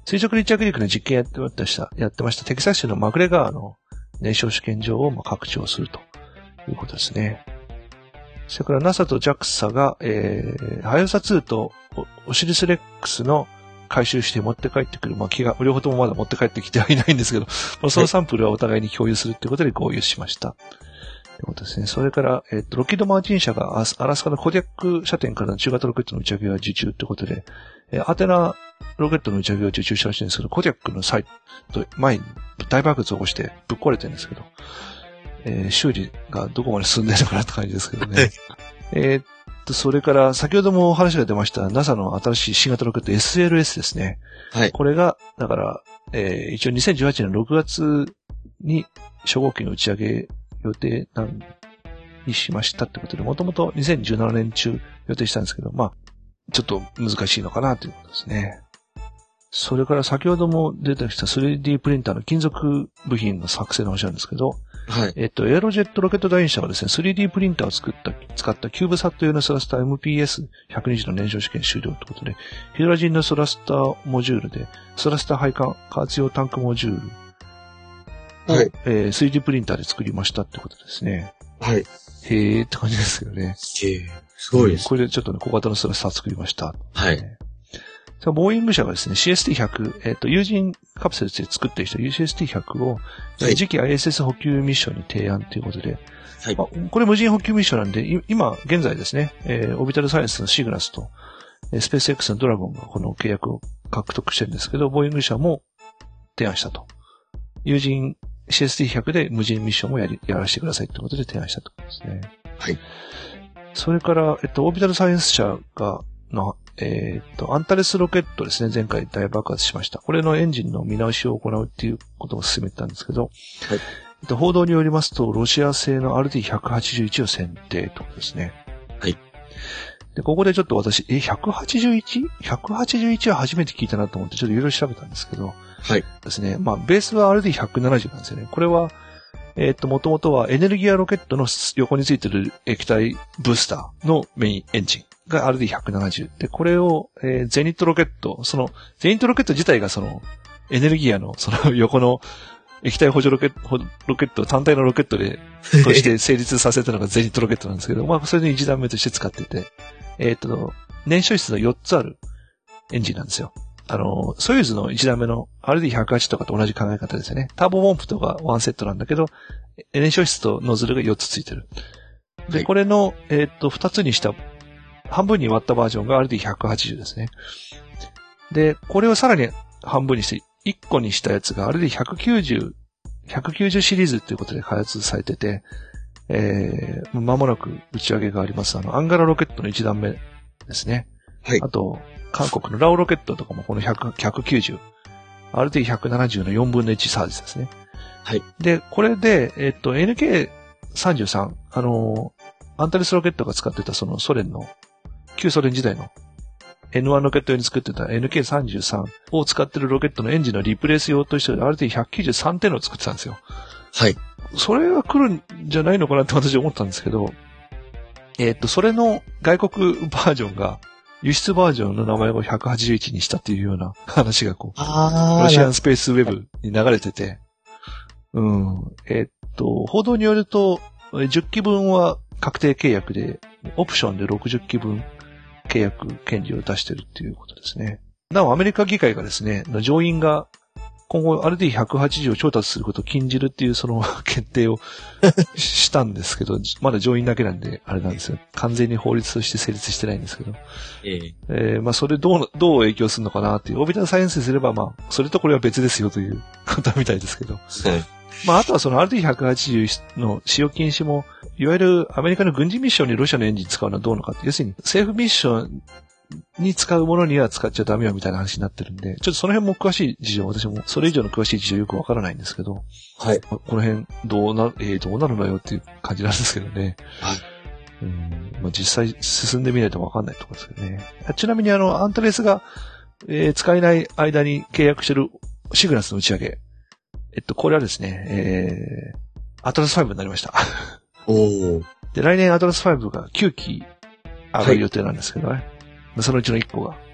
垂直離着陸の実験やってました、やってましたテキサス州のマグレガーの燃焼試験場をまあ拡張するということですね。それから ナサ と ジャクサ が、えー、ハヤブサツーとオシリスレックスの回収して持って帰ってくる。まあ、気が、両方ともまだ持って帰ってきてはいないんですけど、そのサンプルはお互いに共有するということで合意しました。ということですね。それから、えっと、ロキッド・マーティン社がアラスカのコディアック射程からの中型ロケットの打ち上げが受注ということで、えー、アテナロケットの打ち上げを受注したらしいんですけど、コディアックのサイト、前に大爆発を起こしてぶっ壊れてるんですけど、えー、修理がどこまで進んでるのかなって感じですけどね。えっと、それから、先ほども話が出ました ナサ の新しい新型ロケット エスエルエス ですね。はい。これが、だから、えー、一応にせんじゅうはちねんろくがつに初号機の打ち上げ予定なんにしましたってことで、もともとにせんじゅうななねん中予定したんですけど、まあ、ちょっと難しいのかなということですね。それから先ほども出てきた スリーディー プリンターの金属部品の作成の話なんですけど、はい。えっと、エアロジェットロケット第二社がですね、スリーディー プリンターを作った、使ったキューブサット用のソラスター エムピーエスひゃくにじゅう の燃焼試験終了ということで、ヒドラジンのソラスターモジュールで、ソラスター配管加圧用タンクモジュールを、はい。えー、スリーディー プリンターで作りましたってことですね。はい。へーって感じですけどね。へー。すごいです。これでちょっとね、小型のソラスター作りました。はい。ボーイング社がですね、シーエスティーひゃく、えっと、有人カプセルで作っている人、シーエスティーひゃく を、はい、次期 アイエスエス 補給ミッションに提案ということで、はい、まあ、これ無人補給ミッションなんで、今、現在ですね、えー、オービタルサイエンスのシグナスと、スペース X のドラゴンがこの契約を獲得してるんですけど、ボーイング社も提案したと。有人 シーエスティーひゃく で無人ミッションもやり、やらせてくださいということで提案したということですね。はい。それから、えっと、オービタルサイエンス社が、の、えっと、アンタレスロケットですね、前回大爆発しました。これのエンジンの見直しを行うっていうことを進めてたんですけど、はい。えっと、報道によりますと、ロシア製の アールティーひゃくはちじゅういち を選定ということですね。はい。で、ここでちょっと私、え、ひゃくはちじゅういち?ひゃくはちじゅういち は初めて聞いたなと思ってちょっといろいろ調べたんですけど、はい。ですね。まあ、ベースは アールティーひゃくななじゅう なんですよね。これは、えっと、もともとはエネルギアロケットの横についてる液体ブースターのメインエンジンが アールティーひゃくななじゅう。で、これを、えー、ゼニットロケット、その、ゼニットロケット自体がその、エネルギアの、その横の液体補助ロケット、ロケット、単体のロケットで、として成立させたのがゼニットロケットなんですけど、まあ、それで一段目として使ってて、えっと、燃焼室のよっつあるエンジンなんですよ。あの、ソユーズの一段目の アールティーひゃくはち とかと同じ考え方ですよね。ターボポンプとかワンセットなんだけど、燃焼室とノズルがよっつついてる。で、はい、これの、えっと、二つにした、半分に割ったバージョンが アールティーひゃくはちじゅう ですね。で、これをさらに半分にして、いっこにしたやつが アールティーひゃくきゅうじゅう、ひゃくきゅうじゅうシリーズっていうことで開発されてて、えー、間もなく打ち上げがあります。あの、アンガラロケットの一段目ですね。はい。あと、韓国のラオロケットとかもこのひゃく、ひゃくきゅうじゅう。アールティーひゃくななじゅう のよんぶんのいちサービスですね。はい。で、これで、えっと、エヌケーさんじゅうさん、あの、アンタレスロケットが使ってたそのソ連の、旧ソ連時代の エヌワン ロケット用に作ってた エヌケーさんじゅうさん を使ってるロケットのエンジンのリプレイス用として アールティーひゃくきゅうじゅうさん っていうのを作ってたんですよ。はい。それが来るんじゃないのかなって私は思ったんですけど、えっと、それの外国バージョンが、輸出バージョンの名前をひゃくはちじゅういちにしたっていうような話がこう、ロシアンスペースウェブに流れてて、うん、えっと、報道によると、じゅっきぶんは確定契約で、オプションでろくじゅっきぶん契約権利を出してるっていうことですね。なお、アメリカ議会がですね、上院が今後 アールティーひゃくはちじゅう を調達することを禁じるっていうその決定をしたんですけど、まだ上院だけなんであれなんですよ。完全に法律として成立してないんですけど。えええー、まあそれどう、どう影響するのかなっていう。オービタルサイエンスすればまあ、それとこれは別ですよということみたいですけど。はい。まああとはその アールティーひゃくはちじゅう の使用禁止も、いわゆるアメリカの軍事ミッションにロシアのエンジン使うのはどうなのかって、要するに政府ミッションに使うものには使っちゃダメよみたいな話になってるんで、ちょっとその辺も詳しい事情、私もそれ以上の詳しい事情よくわからないんですけど、はい。この辺どうな、えー、どうなるのよっていう感じなんですけどね。はい。うん、まあ、実際進んでみないとわかんないところですけどね。ちなみにあの、アンタレスが、えー、使えない間に契約してるシグナスの打ち上げ。えっと、これはですね、えー、アトラスファイブになりました。おー。で、来年アトラスファイブがきゅうき上がる予定なんですけどね。はい、そのうちのいっこが、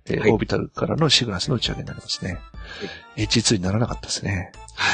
えーはい、オービタルからのシグナスの打ち上げになりますね。はい、エイチツー にならなかったですね。 はい。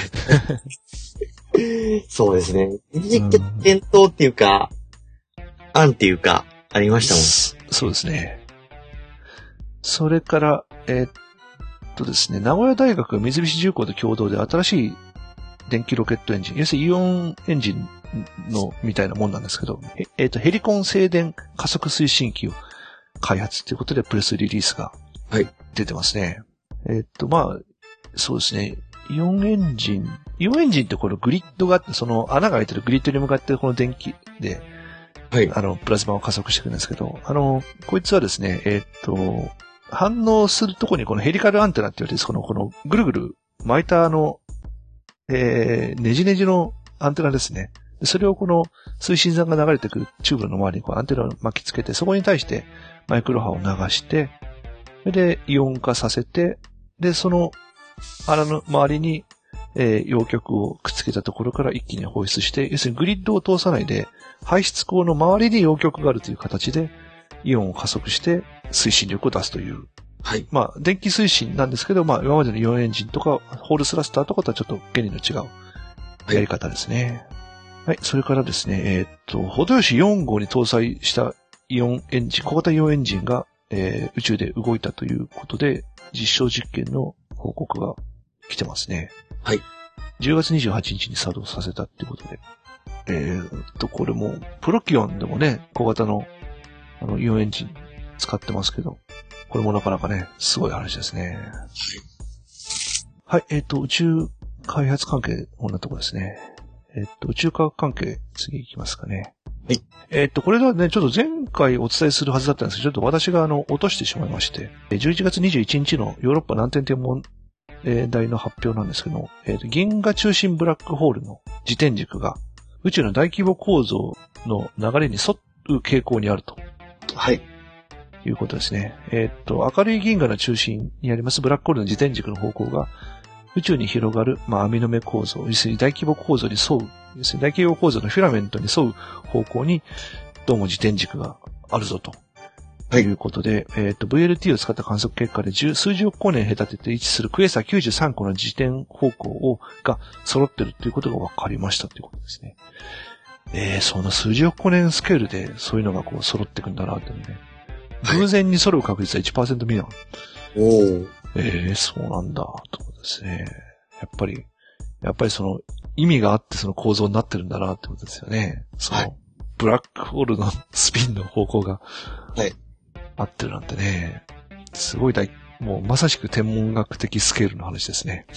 そうですね。一時検討っていうか、うん、案っていうか、ありましたもん。 そうですね。それから、えー、っとですね、名古屋大学三菱重工と共同で新しい電気ロケットエンジン、要するにイオンエンジンのみたいなもんなんですけど、えー、っと、ヘリコン静電加速推進機を開発ということでプレスリリースが出てますね。はい、えー、っと、まあ、そうですね。イオンエンジン、イオンエンジンってこのグリッドがあって、その穴が開いてるグリッドに向かってこの電気で、はい、あの、プラズマを加速していくんですけど、あの、こいつはですね、えー、っと、反応するところにこのヘリカルアンテナって言われて、この、このぐるぐる巻いたあの、えー、ねじねじのアンテナですね。それをこの推進剤が流れてくるチューブの周りにこうアンテナを巻きつけて、そこに対してマイクロ波を流して、それでイオン化させて、で、その穴の周りに、えー、陽極をくっつけたところから一気に放出して、要するにグリッドを通さないで、排出口の周りに陽極があるという形で、イオンを加速して推進力を出すという。はい。まあ、電気推進なんですけど、まあ、今までのイオンエンジンとか、ホールスラスターとかとはちょっと原理の違うやり方ですね。はい。はい、それからですね、えー、っと、程吉よん号に搭載したイオンエンジン、小型イオンエンジンが、えー、宇宙で動いたということで、実証実験の報告が来てますね。はい。じゅうがつにじゅうはちにちに作動させたっていうことで。えー、っと、これも、プロキオンでもね、小型の、あの、イオンエンジン使ってますけど、これもなかなかね、すごい話ですね。はい。はい、えー、っと、宇宙開発関係、こんなところですね。えー、っと、宇宙科学関係、次行きますかね。はい。えー、っと、これはね、ちょっと前回お伝えするはずだったんですけど、ちょっと私があの、落としてしまいまして、じゅういちがつにじゅういちにちのヨーロッパ難点天文台の発表なんですけども、えー、と銀河中心ブラックホールの自転軸が宇宙の大規模構造の流れに沿う傾向にあると。はい。いうことですね。えっ、ー、と、明るい銀河の中心にありますブラックホールの自転軸の方向が宇宙に広がる、まあ、網の目構造、要するに大規模構造に沿う、要するに大規模構造のフィラメントに沿う方向にどうも自転軸があるぞと。ということで、はい、えっ、ー、と、ブイエルティー を使った観測結果で十数十億光年隔てて位置するクエーサーきゅうじゅうさんこの自転方向を、が揃ってるということが分かりましたということですね。えー、そんな数十億光年スケールでそういうのがこう揃っていくんだなってね。偶然に揃う確率は いちパーセント 未満。おー。えー、そうなんだ、ということですね。やっぱり、やっぱりその意味があってその構造になってるんだなってことですよね。その、はい、ブラックホールのスピンの方向が。はい。合ってるなんてね、すごい大、もうまさしく天文学的スケールの話ですね。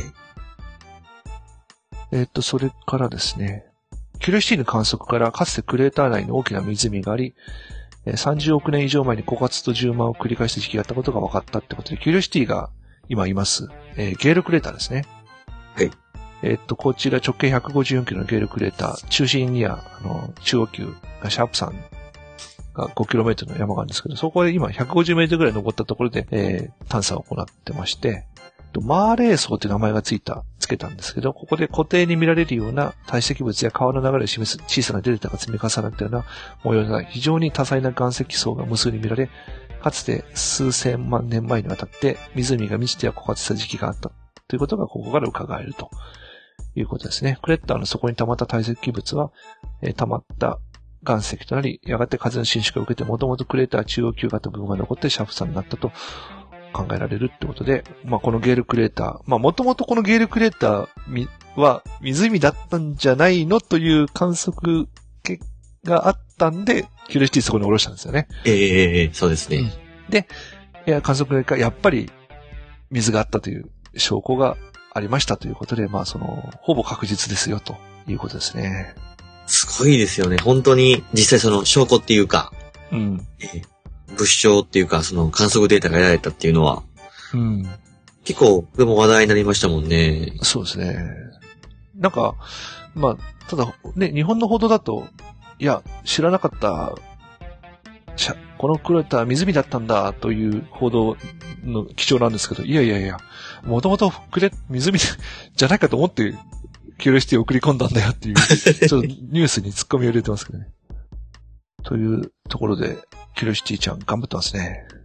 えっと、それからですね、キュリオシティの観測からかつてクレーター内に大きな湖があり、さんじゅうおくねん以上前に枯渇と充満を繰り返した時期があったことが分かったってことで、キュリオシティが今います、えー、ゲールクレーターですね。はい。えっと、こちら直径ひゃくごじゅうよんキロのゲールクレーター、中心には、あの、中央級がシャープさんがごキロメートルの山があるんですけど、そこで今ひゃくごじゅうメートルぐらい登ったところで、えー、探査を行ってまして、マーレー層という名前がついた、つけたんですけど、ここで固定に見られるような堆積物や川の流れを示す小さなデルタが積み重なったような模様が非常に多彩な岩石層が無数に見られ、かつて数千万年前にわたって湖が満ちては枯渇した時期があったということがここから伺えるということですね。クレッターの底に溜まった堆積物は、えー、溜まった岩石となり、やがて風の伸縮を受けて、もともとクレーター中央級型部分が残ってシャープさんになったと考えられるってことで、まあこのゲールクレーター、まあもともとこのゲールクレーターは湖だったんじゃないのという観測結果があったんで、キュリオシティそこに下ろしたんですよね。 ええええ、そうですね。うん、 で、いや観測結果、やっぱり水があったという証拠がありましたということで、まあその、ほぼ確実ですよということですね。 すごいですよね。本当に実際その証拠っていうか、うん、えー、物証っていうかその観測データが得られたっていうのは、うん、結構でも話題になりましたもんね。 そうですね。なんかまあただね日本の報道だといや知らなかったこのクレーター湖だったんだという報道の基調なんですけど、いやいやいやもともとクレ湖じゃないかと思ってキュリオシティを送り込んだんだよっていう、ちょっとニュースに突っ込みを入れてますけどね。というところで、キュリオシティちゃん頑張ってますね。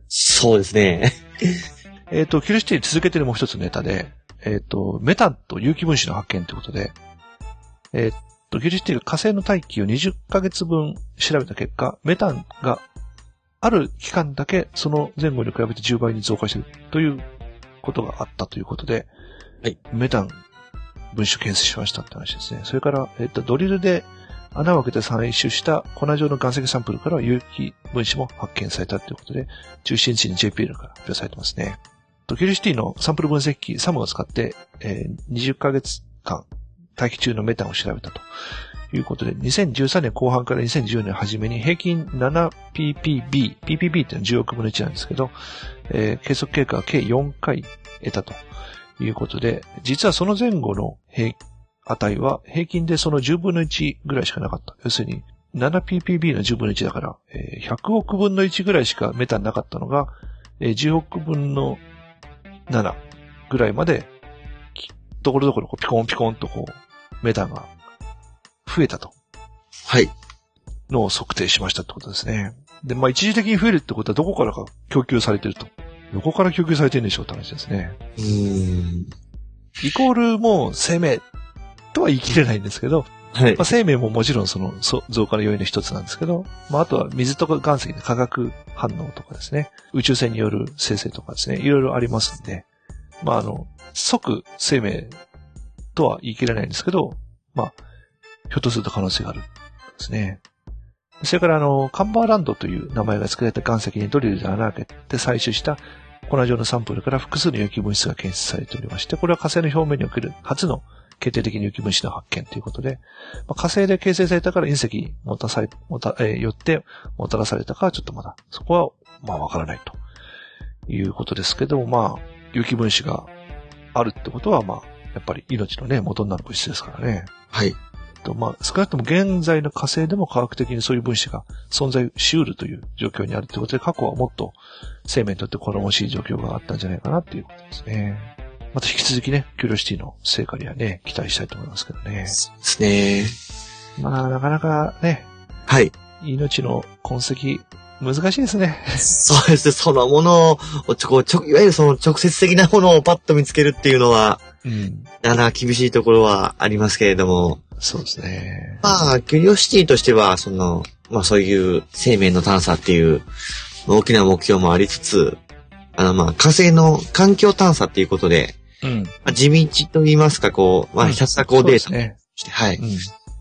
そうですね。 えっと、キュリオシティ続けてるもう一つネタで、えっと、メタンと有機分子の発見ということで、えっと、キュリオシティが火星の大気をにじゅっかげつぶん調べた結果、メタンがある期間だけその前後に比べてじゅうばいに増加しているということがあったということで、はい、メタン分子を検出しましたって話ですね。それから、えっと、ドリルで穴を開けて採取した粉状の岩石サンプルから有機分子も発見されたということで、じゅうしちにちに ジェイピーエル から発表されてますね。キュリオシティのサンプル分析機サムを使って、えー、にじゅっかげつかん大気中のメタンを調べたということで、にせんじゅうさんねんこう半からにせんじゅうよねん初めに平均 ななピーピービー、ピーピービー っていうのはじゅうおくぶんのいちなんですけど、えー、計測結果は計よんかい得たということで、実はその前後の平値は平均でそのじゅうぶんのいちぐらいしかなかった。要するに ななピーピービー のじゅうぶんのいちだから、えー、ひゃくおくぶんのいちぐらいしかメタンなかったのが、えー、じゅうおくぶんのななぐらいまで、ところどころこうピコンピコンとこう、メタンが増えたと。 はい。 のを測定しましたってことですね。で、まあ一時的に増えるってことはどこからか供給されてると。どこから供給されてるんでしょうって話ですね。 うーん。 イコールもう生命とは言い切れないんですけど、はい。まあ、生命ももちろんその増加の要因の一つなんですけど、まああとは水とか岩石で化学反応とかですね、宇宙船による生成とかですね、いろいろありますんで、まああの、即生命とは言い切れないんですけど、まあ、ひょっとすると可能性があるんですね。それからあの、カンバーランドという名前が付けられた岩石にドリルで穴を開けて採取した粉状のサンプルから複数の有機物質が検出されておりまして、これは火星の表面における初の決定的に有機分子の発見ということで、まあ、火星で形成されたから隕石もたされ、もた、えー、よってもたらされたかはちょっとまだ、そこは、まあわからないということですけども、まあ、有機分子があるってことは、まあ、やっぱり命のね、元になる物質ですからね。 はい。 と、まあ、少なくとも現在の火星でも科学的にそういう分子が存在し得るという状況にあるということで、過去はもっと生命にとって好ましい状況があったんじゃないかなっていうことですね。また引き続きね、キュリオシティの成果にはね、期待したいと思いますけどね。 そうですね。 まあ、なかなかね。 はい。 命の痕跡、難しいですね。 そうですね。そのものを、ちょ、ちょ、いわゆるその直接的なものをパッと見つけるっていうのは、うん。なかなか厳しいところはありますけれども。 そうですね。 まあ、キュリオシティとしては、その、まあそういう生命の探査っていう大きな目標もありつつ、あのまあ火星の環境探査っていうことで、うん。まあ、地道と言いますか、こう、まあひたすらこうデータをして、ね、はい。うん、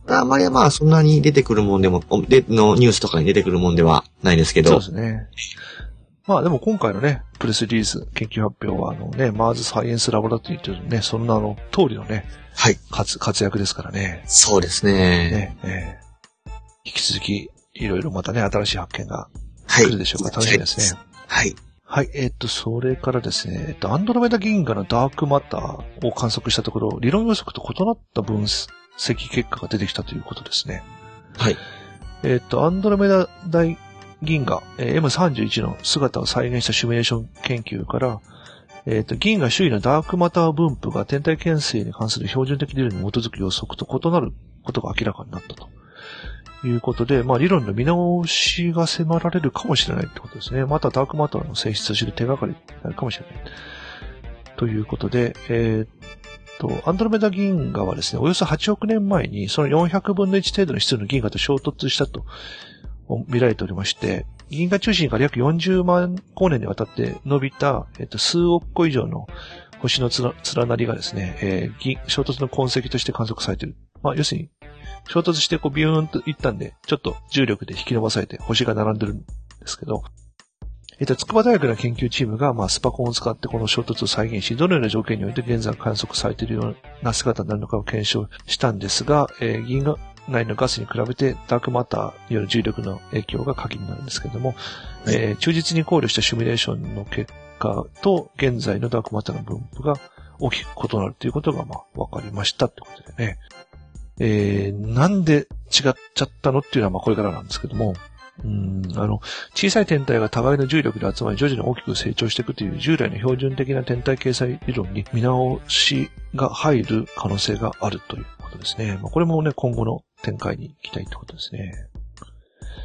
あまりまあそんなに出てくるもんでも、でのニュースとかに出てくるもんではないですけど。 そうですね。まあでも今回のね、プレスリリース、研究発表はあのね、マーズサイエンスラボラトリーというね、そんなあの通りのね、はい。活、活躍ですからね。 そうですね。 ね、えー、引き続き、いろいろまたね、新しい発見が来るでしょうか。はい、楽しみですね。 はい。 はい、えっと、それからですね、えっと、アンドロメダ銀河のダークマターを観測したところ、理論予測と異なった分析結果が出てきたということですね。 はい。 えっと、アンドロメダ大銀河、えー、エムさんじゅういち の姿を再現したシミュレーション研究から、えっと、銀河周囲のダークマター分布が天体圏星に関する標準的理論に基づく予測と異なることが明らかになったということで、まあ理論の見直しが迫られるかもしれないってことですね。またダークマターの性質を知る手がかりになるかもしれない。ということで、えっと、アンドロメダ銀河はですね、およそはちおくねんまえにそのよんひゃくぶんのいち程度の質の銀河と衝突したと見られておりまして、銀河中心から約よんじゅうまんこうねんにわたって伸びた、えっと、数億個以上の星のつら連なりがですね、えー、衝突の痕跡として観測されている。まあ、要するに、衝突してこうビューンといったんで、ちょっと重力で引き伸ばされて星が並んでるんですけど、えっと、筑波大学の研究チームが、まあ、スパコンを使ってこの衝突を再現し、どのような条件において現在観測されているような姿になるのかを検証したんですが、えー、銀河内のガスに比べてダークマターによる重力の影響が鍵になるんですけれども、はい、えー、忠実に考慮したシミュレーションの結果と現在のダークマターの分布が大きく異なるということが、まあ、分かりましたってことでね。えー、なんで違っちゃったのっていうのは、まあ、これからなんですけども、うーん、あの、小さい天体が互いの重力で集まり徐々に大きく成長していくという従来の標準的な天体計算理論に見直しが入る可能性があるということですね。まあ、これもね、今後の展開に期待ってことですね。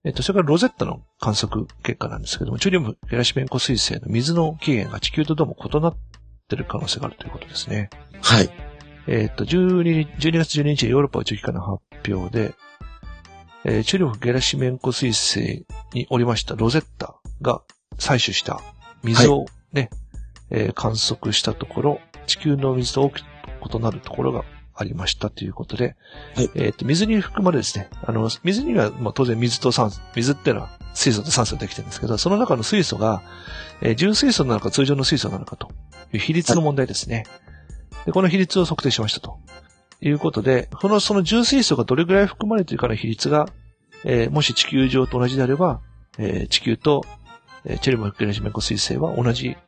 えっと、それからロゼッタの観測結果なんですけども、チュリウムゲラシメンコ彗星の水の起源が地球とどうも異なっている可能性があるということですね。 はい。 えっと、じゅうにがつじゅうににちヨーロッパ宇宙機関の発表で、えー、チュリウムゲラシメンコ彗星におりましたロゼッタが採取した水をね、はい、えー、観測したところ、地球の水と大きく異なるところがありましたということで、はい、えっと、水に含まれるですね、あの、水には、まあ、当然水と酸素、水っていうのは水素と酸素でできてるんですけど、その中の水素が、えー、純水素なのか通常の水素なのかという比率の問題ですね。はい、で、この比率を測定しましたということで、この、その純水素がどれぐらい含まれているかの比率が、えー、もし地球上と同じであれば、えー、地球と、えー、チュリウムゲラシメンコ彗星は同じ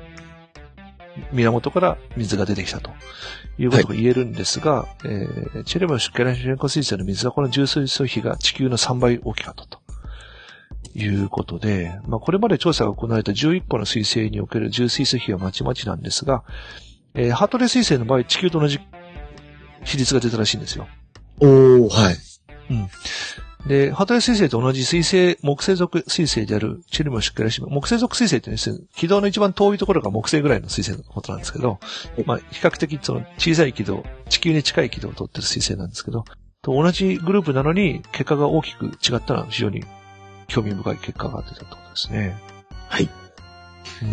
源から水が出てきたということが言えるんですが、はい、えー、チュリウムゲラシメンコ彗星の水はこの純水素比が地球のさんばい大きかったということで、まあこれまで調査が行われたじゅういっこの彗星における純水素比はまちまちなんですが、えー、ハートレー彗星の場合地球と同じ比率が出たらしいんですよ。 おー、はい。 うん。で、ハートレー彗星と同じ水星、木星属彗星であるチュリウムゲラシメンコ、木星属彗星ってですね、軌道の一番遠いところが木星ぐらいの彗星のことなんですけど、まあ、比較的その小さい軌道、地球に近い軌道をとってる彗星なんですけど、と同じグループなのに結果が大きく違ったのは非常に興味深い結果が出たということですね。 はい。 うん。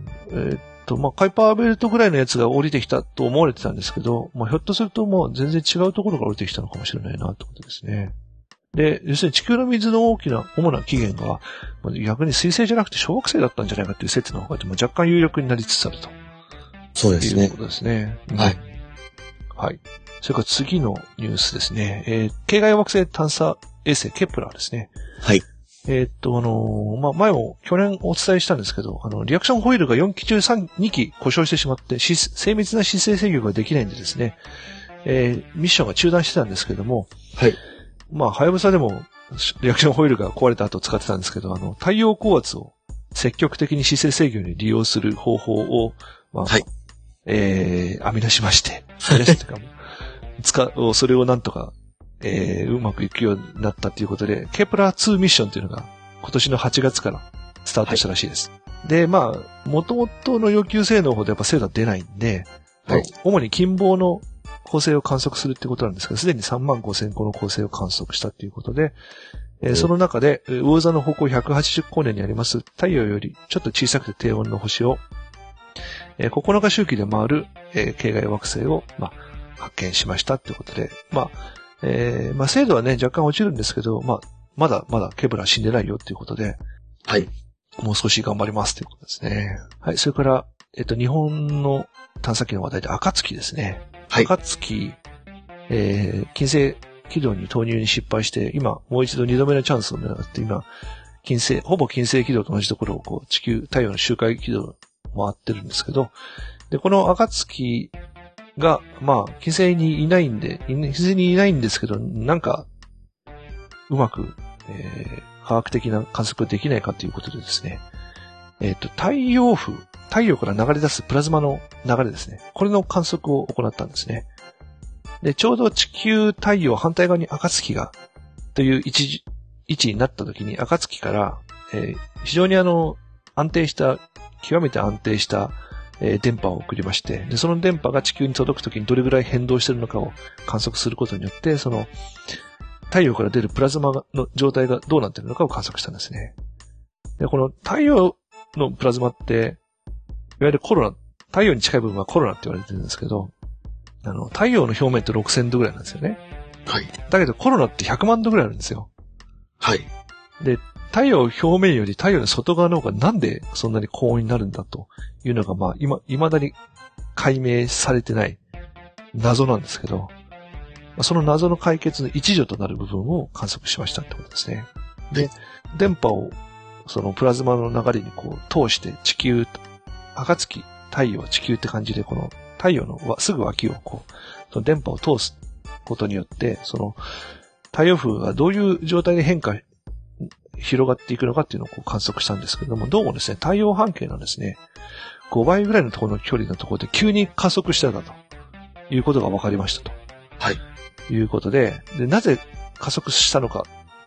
えー、っと、まあ、カイパーベルトぐらいのやつが降りてきたと思われてたんですけど、まあ、ひょっとするともう全然違うところが降りてきたのかもしれないなってことですね。で、要するに地球の水の大きな、主な起源が、逆に水星じゃなくて小惑星だったんじゃないかという説の方が若干有力になりつつあると。 そうですね。 いうことですね。 はい。 はい。それから次のニュースですね。えー、系外惑星探査衛星ケプラーですね。 はい。 えー、っと、あのー、まあ、前も去年お伝えしたんですけど、あの、リアクションホイールがよんき中さん、にき故障してしまって、精密な姿勢制御ができないんでですね、えー、ミッションが中断してたんですけども、 はい。 まあ、はやぶさでも、リアクションホイールが壊れた後使ってたんですけど、あの、太陽高圧を積極的に姿勢制御に利用する方法を、まあ、はい。えー、編み出しまして、編み出してかも、使う、それをなんとか、えー、うまくいくようになったということで、ケプラーツーミッションというのが、今年のはちがつからスタートしたらしいです。はい、で、まあ、元々の要求性能ほどやっぱ精度は出ないんで、はい。主に近傍の恒星を観測するってことなんですけど、すでにさんまんごせんこの恒星を観測したということで、えー、その中で、魚座の方向ひゃくはちじゅっこうねんにあります太陽よりちょっと小さくて低温の星を、えー、ここのか周期で回る、えー、系外惑星を、まあ、発見しましたということで、まあ、えー、まあ、精度はね、若干落ちるんですけど、まあ、まだまだケプラー死んでないよっていうことで、 はい。 もう少し頑張りますということですね。はい。それから、えっと、日本の探査機の話題で、暁ですね。はい。暁、えー、金星軌道に投入に失敗して、今、もう一度二度目のチャンスを狙って、今、金星、ほぼ金星軌道と同じところを、こう、地球、太陽の周回軌道を回ってるんですけど、で、この暁が、まあ、金星にいないんで、金星にいないんですけど、なんか、うまく、えー、科学的な観測ができないかということでですね、えっと、太陽風、太陽から流れ出すプラズマの流れですね。これの観測を行ったんですね。で、ちょうど地球、太陽反対側に暁が、という位置、位置になった時に、暁から、えー、非常にあの、安定した、極めて安定した、えー、電波を送りまして、で、その電波が地球に届く時にどれぐらい変動しているのかを観測することによって、その、太陽から出るプラズマの状態がどうなっているのかを観測したんですね。で、この太陽のプラズマって、いわゆるコロナ、太陽に近い部分はコロナって言われてるんですけど、あの、太陽の表面ってろくせんどぐらいなんですよね。 はい。 だけどコロナってひゃくまんどぐらいあるんですよ。 はい。 で、太陽表面より太陽の外側の方がなんでそんなに高温になるんだというのが、まあ、今、未だに解明されてない謎なんですけど、その謎の解決の一助となる部分を観測しましたってことですね。で、電波をそのプラズマの流れにこう通して地球、暁、太陽、地球って感じでこの太陽のすぐ脇をこう、その電波を通すことによって、その太陽風がどういう状態で変化、広がっていくのかっていうのをこう観測したんですけども、どうもですね、太陽半径のですね、ごばいぐらいのところの距離のところで急に加速したんだということが分かりましたと。 はい。 いうことで、で、なぜ加速したのか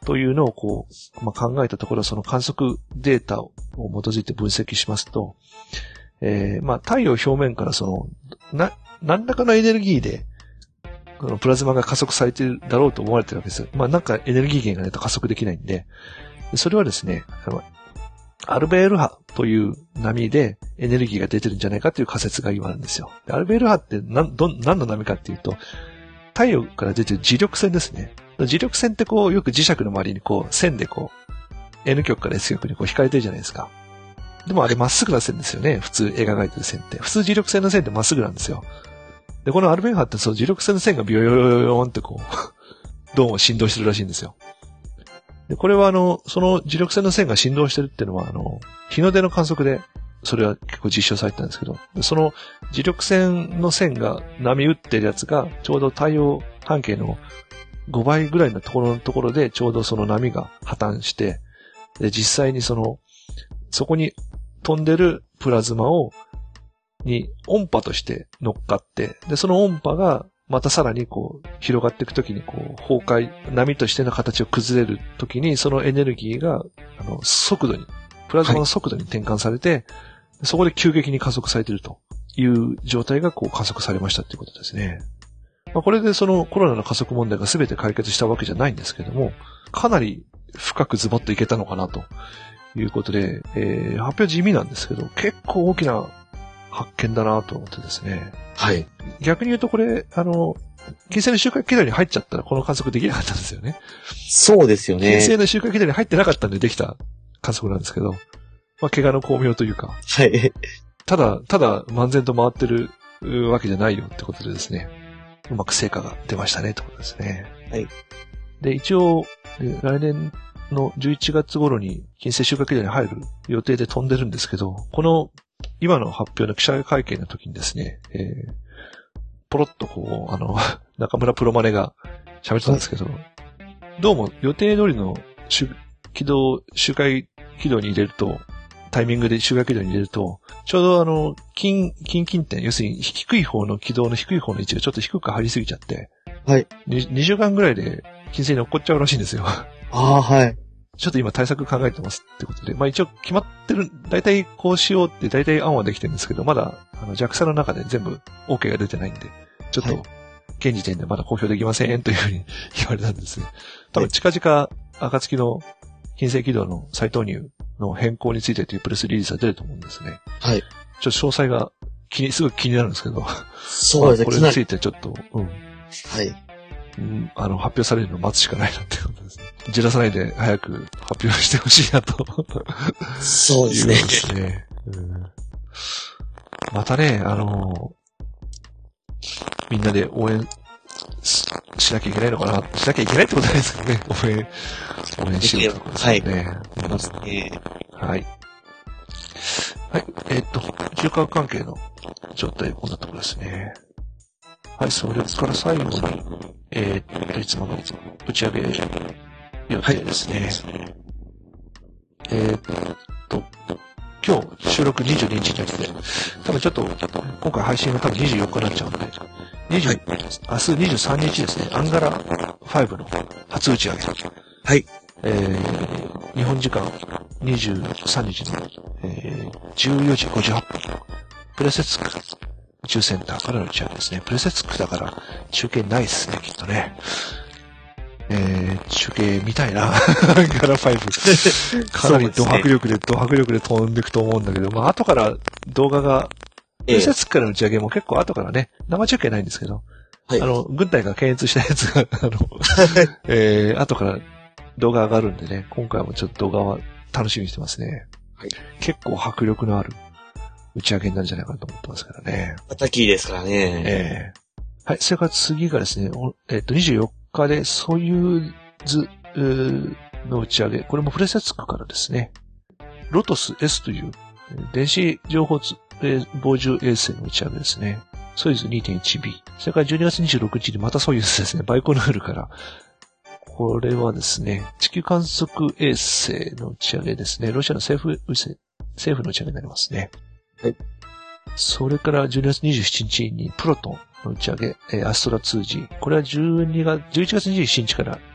というのをこう、まあ、考えたところ、その観測データを基づいて分析しますと、えー、まあ、太陽表面からその、な、何らかのエネルギーで、このプラズマが加速されているだろうと思われているわけです。まあ、なんかエネルギー源がないと加速できないんで、それはですね、あの、アルベール波という波でエネルギーが出てるんじゃないかという仮説が今あるんですよ。アルベール波って何、ど、何の波かっていうと、太陽から出てる磁力線ですね。磁力線ってこう、よく磁石の周りにこう、線でこう、N 極から S 極にこう引かれてるじゃないですか。でもあれまっすぐな線ですよね。普通描いてる線って。普通磁力線の線ってまっすぐなんですよ。で、このアルベール波ってその磁力線の線がビヨヨヨヨヨンってこう、どうも振動してるらしいんですよ。で、これはあの、その磁力線の線が振動してるっていうのは、あの、日の出の観測で、それは結構実証されてたんですけど、その磁力線の線が波打ってるやつが、ちょうど太陽半径のごばいぐらいのところのところで、ちょうどその波が破綻して、で、実際にその、そこに飛んでるプラズマを、に音波として乗っかって、で、その音波が、またさらにこう、広がっていくときにこう、崩壊、波としての形を崩れるときに、そのエネルギーが、あの、速度に、プラズマの速度に転換されて、はい、そこで急激に加速されているという状態がこう加速されましたということですね。まあ、これでそのコロナの加速問題が全て解決したわけじゃないんですけども、かなり深くズバッといけたのかなということで、えー、発表地味なんですけど、結構大きな発見だなと思ってですね。 はい。 逆に言うとこれ、あの、金星の周回軌道に入っちゃったらこの観測できなかったんですよね。 そうですよね。 金星の周回軌道に入ってなかったんでできた観測なんですけど、まあ、怪我の巧妙というか。 はい。ただ、ただ、漫然と回ってるわけじゃないよってことでですね。うまく成果が出ましたねってことですね。 はい。 で、一応、来年のじゅういちがつ頃に金星周回軌道に入る予定で飛んでるんですけど、この今の発表の記者会見の時にですね、えー、ポロッとこう、あの、中村プロマネが喋ってたんですけど、どうも予定通りの軌道、周回軌道に入れると、タイミングで周回軌道に入れると、ちょうどあの、近、近近点、要するに低い方の軌道の低い方の位置がちょっと低く入りすぎちゃって、 はい。 にしゅうかんぐらいで金星に落っこっちゃうらしいんですよ。 ああ、はい。 ちょっと今対策考えてますってことで、まあ一応決まってる、大体こうしようって大体案はできてるんですけど、まだあの ジャクサ の中で全部 OK が出てないんで、ちょっと現時点でまだ公表できませんというふうに言われたんですね。多分近々、暁の金星軌道の再投入の変更についてというプレスリリースが出ると思うんですね。 はい。 ちょっと詳細が気に、すごく気になるんですけど。 そうですね。 まあ、これについてちょっと、うん。 はい。 うん、あの、発表されるのを待つしかないなってことですね。じらさないで早く発表してほしいなと。 そうですね。 ですね、うん。またね、あの、みんなで応援 し, しなきゃいけないのかな。しなきゃいけないってことないですけどね。応援、応援しようと思いますね。はい。まずね。はい。はい。えー、っと、中間関係の状態、こんなところですね。はい、それから最後に、えー、っと、いつもの打ち上げ予定ですね。はい、えー、っと、今日収録にじゅうににちになって、多分ちょっと、今回配信が多分にじゅうよっかになっちゃうんで、にじゅう、はい、明日にじゅうさんにちですね、アンガラファイブの初打ち上げ。 はい。 えー、日本時間にじゅうさんにちの、えー、じゅうよじごじゅうはっぷん、プレセツク宇宙センターからの打ち上げですね。プレセツクだから中継ないっすね、きっとね。えー、中継見たいな。アンガラファイブ。かなりド迫力で、ド迫力で飛んでいくと思うんだけど、まあ後から動画が、プレセツクからの打ち上げも結構後からね、生中継ないんですけど、はい、あの、軍隊が検閲したやつが、あの、えー、後から動画上がるんでね、今回もちょっと動画は楽しみにしてますね。はい、結構迫力のある打ち上げになるんじゃないかなと思ってますからね。 またきいですからね。 ええー。はい。それから次がですね、えっと、にじゅうよっかでソユーズの打ち上げ。これもプレセツクからですね。ロトス S という電子情報傍受衛星の打ち上げですね。ソユーズ にてんいちビー。それからじゅうにがつにじゅうろくにちにまたソユーズですね。バイコヌールから。これはですね、地球観測衛星の打ち上げですね。ロシアの政府、政府の打ち上げになりますね。はい。それからじゅうにがつにじゅうしちにちにプロトンの打ち上げ、えー、アストラ ツージー。これはじゅうにがつ、じゅういちがつにじゅうしちにちから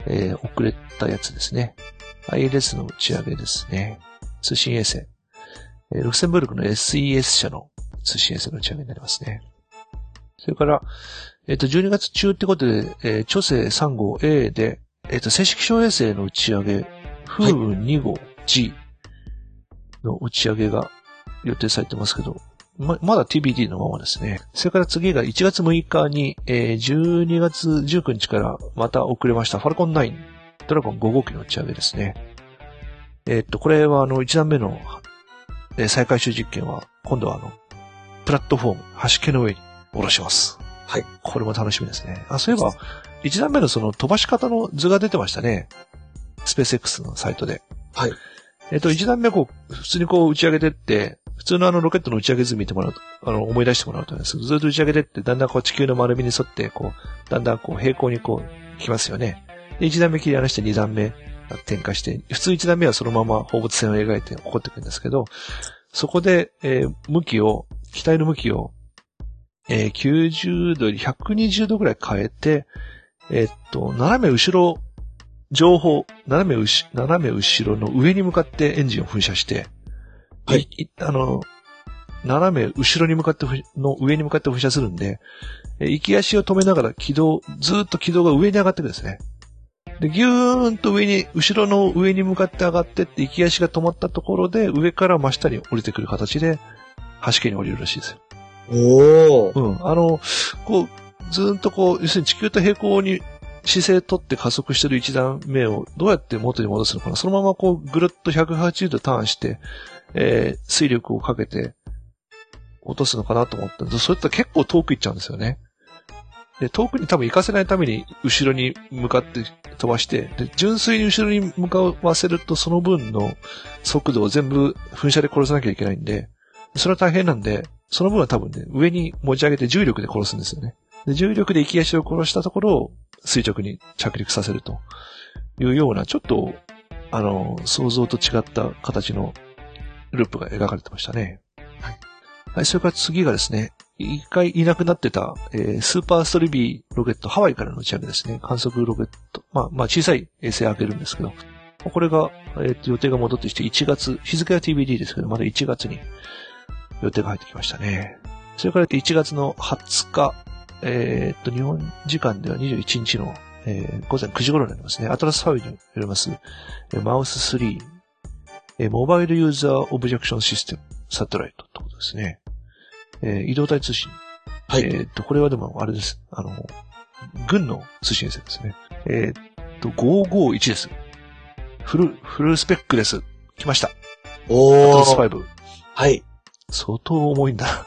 えー、遅れたやつですね。アイエルエス の打ち上げですね。通信衛星。えー、ルクセンブルクの エスイーエス 社の通信衛星の打ち上げになりますね。それから、えっ、ー、と、じゅうにがつ中ってことで、えー、長征さん号 エー で、えっ、ー、と、正式気象衛星の打ち上げ、風雲に号 G の打ち上げが予定されてますけど、ま、まだ ティービーディー のままですね。それから次がいちがつむいかに、えー、じゅうにがつじゅうくにちからまた遅れましたファルコンナイン、ドラゴンご号機の打ち上げですね。えー、っと、これはあのいちだんめの、えー、再回収実験は、今度はあの、プラットフォーム、端毛の上に下ろします。はい。これも楽しみですね。あ、そういえば、いちだんめのその飛ばし方の図が出てましたね。スペース X のサイトで。はい。えっと、いちだんめこう、普通にこう打ち上げてって、普通のあのロケットの打ち上げ図見てもらうと、あの、思い出してもらうとね、ずっと打ち上げてって、だんだんこう地球の丸みに沿って、こう、だんだんこう平行にこう、来ますよね。で、いちだんめ切り離してにだんめ点火して、普通いちだんめはそのまま放物線を描いて起こってくるんですけど、そこで、えー、向きを、機体の向きを、えー、きゅうじゅうどよりひゃくにじゅうどぐらい変えて、えー、っと、斜め後ろ、上方、斜め後、斜め後ろの上に向かってエンジンを噴射して、はい。あの、斜め後ろに向かって、の上に向かって噴射するんで、行き足を止めながら軌道、ずーっと軌道が上に上がっていくんですね。で、ぎゅーんと上に、後ろの上に向かって上がってって、行き足が止まったところで、上から真下に降りてくる形で、端形に降りるらしいですよ。おー。うん。あの、こう、ずーっとこう、要するに地球と平行に姿勢取って加速してる一段目をどうやって元に戻すのかな。そのままこう、ぐるっとひゃくはちじゅうどターンして、えー、水力をかけて落とすのかなと思ったんです。それって結構遠く行っちゃうんですよね。で、遠くに多分行かせないために後ろに向かって飛ばして、で、純粋に後ろに向かわせるとその分の速度を全部噴射で殺さなきゃいけないんで、それは大変なんで、その分は多分ね、上に持ち上げて重力で殺すんですよね。で、重力で行き足を殺したところを垂直に着陸させるというような、ちょっと、あの、想像と違った形のループが描かれてましたね。はい。はい、それから次がですね、一回いなくなってた、えー、スーパーストリビーロケット、ハワイからの打ち上げですね。観測ロケット。まあ、まあ、小さい衛星上げるんですけど、これが、えー、予定が戻ってきていちがつ、日付は ティービーディー ですけど、まだいちがつに予定が入ってきましたね。それからいちがつのはつか、えー、っと、日本時間ではにじゅういちにちの、えー、午前くじ頃になりますね。アトラスファイブによります、えー、マウススリー、えー、モバイルユーザーオブジェクションシステム、サテライトってことですね。えー、移動体通信。はい。えー、っと、これはでも、あれです。あの、軍の通信衛星ですね。えー、っと、ごーごーいちです。フル、フルスペックです。来ました。おー。アトラスファイブ。はい。相当重いんだ。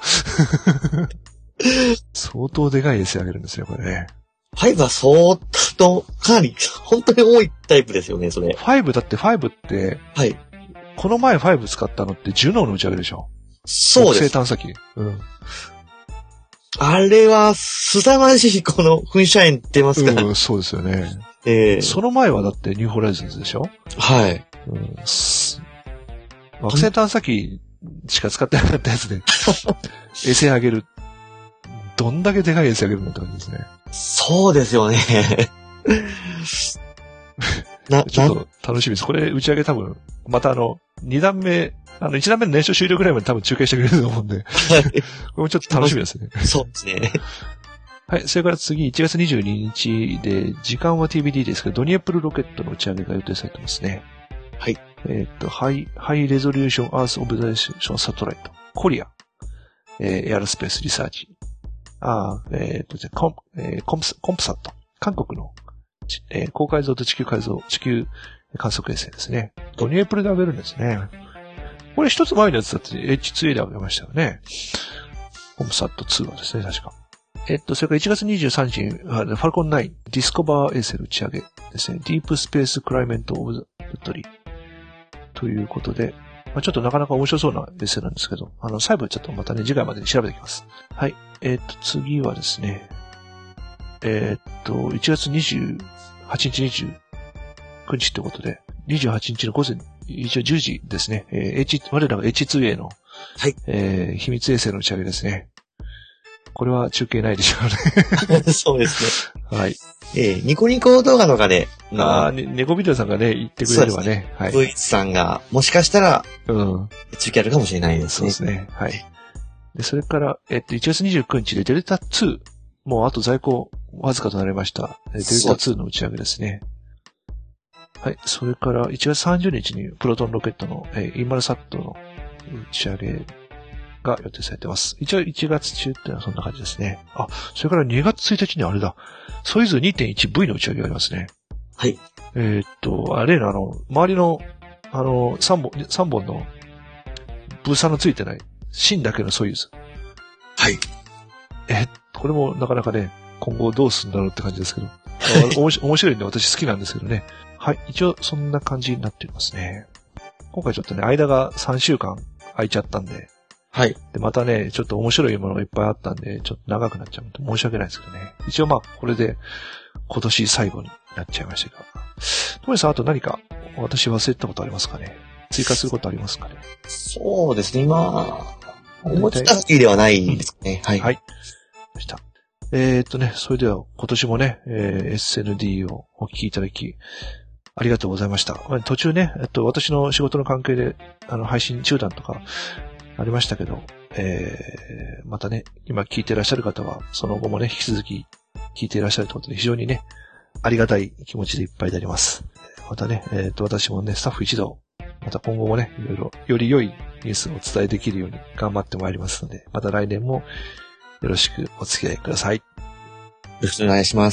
相当でかい衛星あげるんですよ、これね。 ファイブは相当、かなり、本当に多いタイプですよね、それ。 ファイブだってファイブって、はい。この前ファイブ使ったのってジュノーの打ち上げでしょ。そうです。木星探査機。うん。 あれは、凄まじいこの噴射円出ますから。 うん、そうですよね。ええー。その前はだってニューホライズンズでしょ。はい。うん、惑星探査機しか使ってなかったやつで、衛星上げる。どんだけでかい衛星上げるのって感じですね。 そうですよね。 な、ちょっと楽しみです。これ打ち上げ多分、またあの、二段目、あの、一段目の燃焼終了ぐらいまで多分中継してくれると思うんで。はい。これもちょっと楽しみですね。 そうですね。 はい。それから次、いちがつにじゅうににちで、時間は ティービーディー ですけど、ドニエプルロケットの打ち上げが予定されてますね。はい。えっと、ハイ、ハイレゾリューションアースオブザーションサテライト。コリア。えー、エアロスペースリサーチ。ああ、えっと、じゃコン、えー、コンプ、コンプサット。韓国の、えー、高解像と地球解像、地球観測衛星ですね。ドニエプルで上げるんですね。これ一つ前のやつだって エイチツーエー で上げましたよね。コンプサットツーはですね、確か。えっと、それからいちがつにじゅうさんにちに、ファルコンナイン、ディスコバー衛星打ち上げですね。ディープスペースクライメントオブザトリー。ということで、まあ、ちょっとなかなか面白そうな衛星なんですけど、あの、細部ちょっとまたね、次回までに調べてきます。はい。えっと、次はですね、えっと、いちがつにじゅうはちにち、にじゅうくにちってことで、にじゅうはちにちの午前、一応じゅうじですね、えー、H、我らが エイチツーエー の、はい。えー、秘密衛星の打ち上げですね。これは中継ないでしょうね。 そうですね。 はい。 ええー、ニコニコ動画とかで。 ああ、ね、猫ビデオさんがね、言ってくれればね。ねはい。ブイエイチさんが、もしかしたら、 うん。 中継あるかもしれないですね。 そうですね。はい。で、それから、えっと、いちがつにじゅうくにちでデルタツー。もうあと在庫わずかとなりました。デルタツーの打ち上げですね。はい。それから、いちがつさんじゅうにちにプロトンロケットの、えー、イーマルサットの打ち上げが予定されています。一応いちがつ中っていうのはそんな感じですね。あ、それからにがつついたちにあれだ。ソユーズ にてんいちブイ の打ち上げがありますね。 はい。 えー、っと、あれのあの、周りの、あの、さんぼん、さんぼんのブーサーのついてない芯だけのソユーズ。 はい。 え、これもなかなかね、今後どうするんだろうって感じですけど。面白いんで私好きなんですけどね。はい。一応そんな感じになっていますね。今回ちょっとね、間がさんしゅうかん空いちゃったんで。 はい。 で、またね、ちょっと面白いものがいっぱいあったんで、ちょっと長くなっちゃうと申し訳ないですけどね。一応まあ、これで今年最後になっちゃいましたが。トモリさん、あと何か私忘れたことありますかね？追加することありますかね？ そうですね、今、思いた好きではないですね。はい。 はい。でした。えー、っとね、それでは今年もね、えー、エスエヌディー をお聞きいただき、ありがとうございました。途中ね、えっと、私の仕事の関係で、あの、配信中断とかありましたけど、えー、またね、今聞いていらっしゃる方は、その後もね、引き続き聞いていらっしゃるということで、非常にね、ありがたい気持ちでいっぱいであります。またね、えっと、私もね、スタッフ一同、また今後もね、いろいろ、より良いニュースをお伝えできるように頑張ってまいりますので、また来年もよろしくお付き合いください。よろしくお願いします。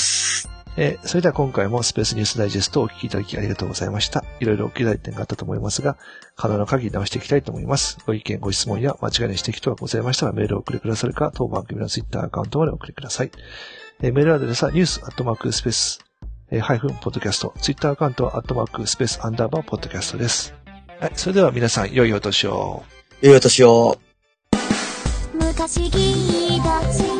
えー、それでは今回もスペースニュースダイジェストをお聞きいただきありがとうございました。いろいろ気づい点があったと思いますが、可能な限り直していきたいと思います。ご意見、ご質問や間違いない指摘等がございましたらメールをお送りくださるか、当番組のツイッターアカウントまでお送りください。えー、メールアドレスはニュースアットマークスペース、えー、ハイフンポッドキャスト、ツイッターアカウントはアットマークスペースアンダーバーポッドキャストです。はい、それでは皆さん良いお年を。 良いお年を。 昔聞いた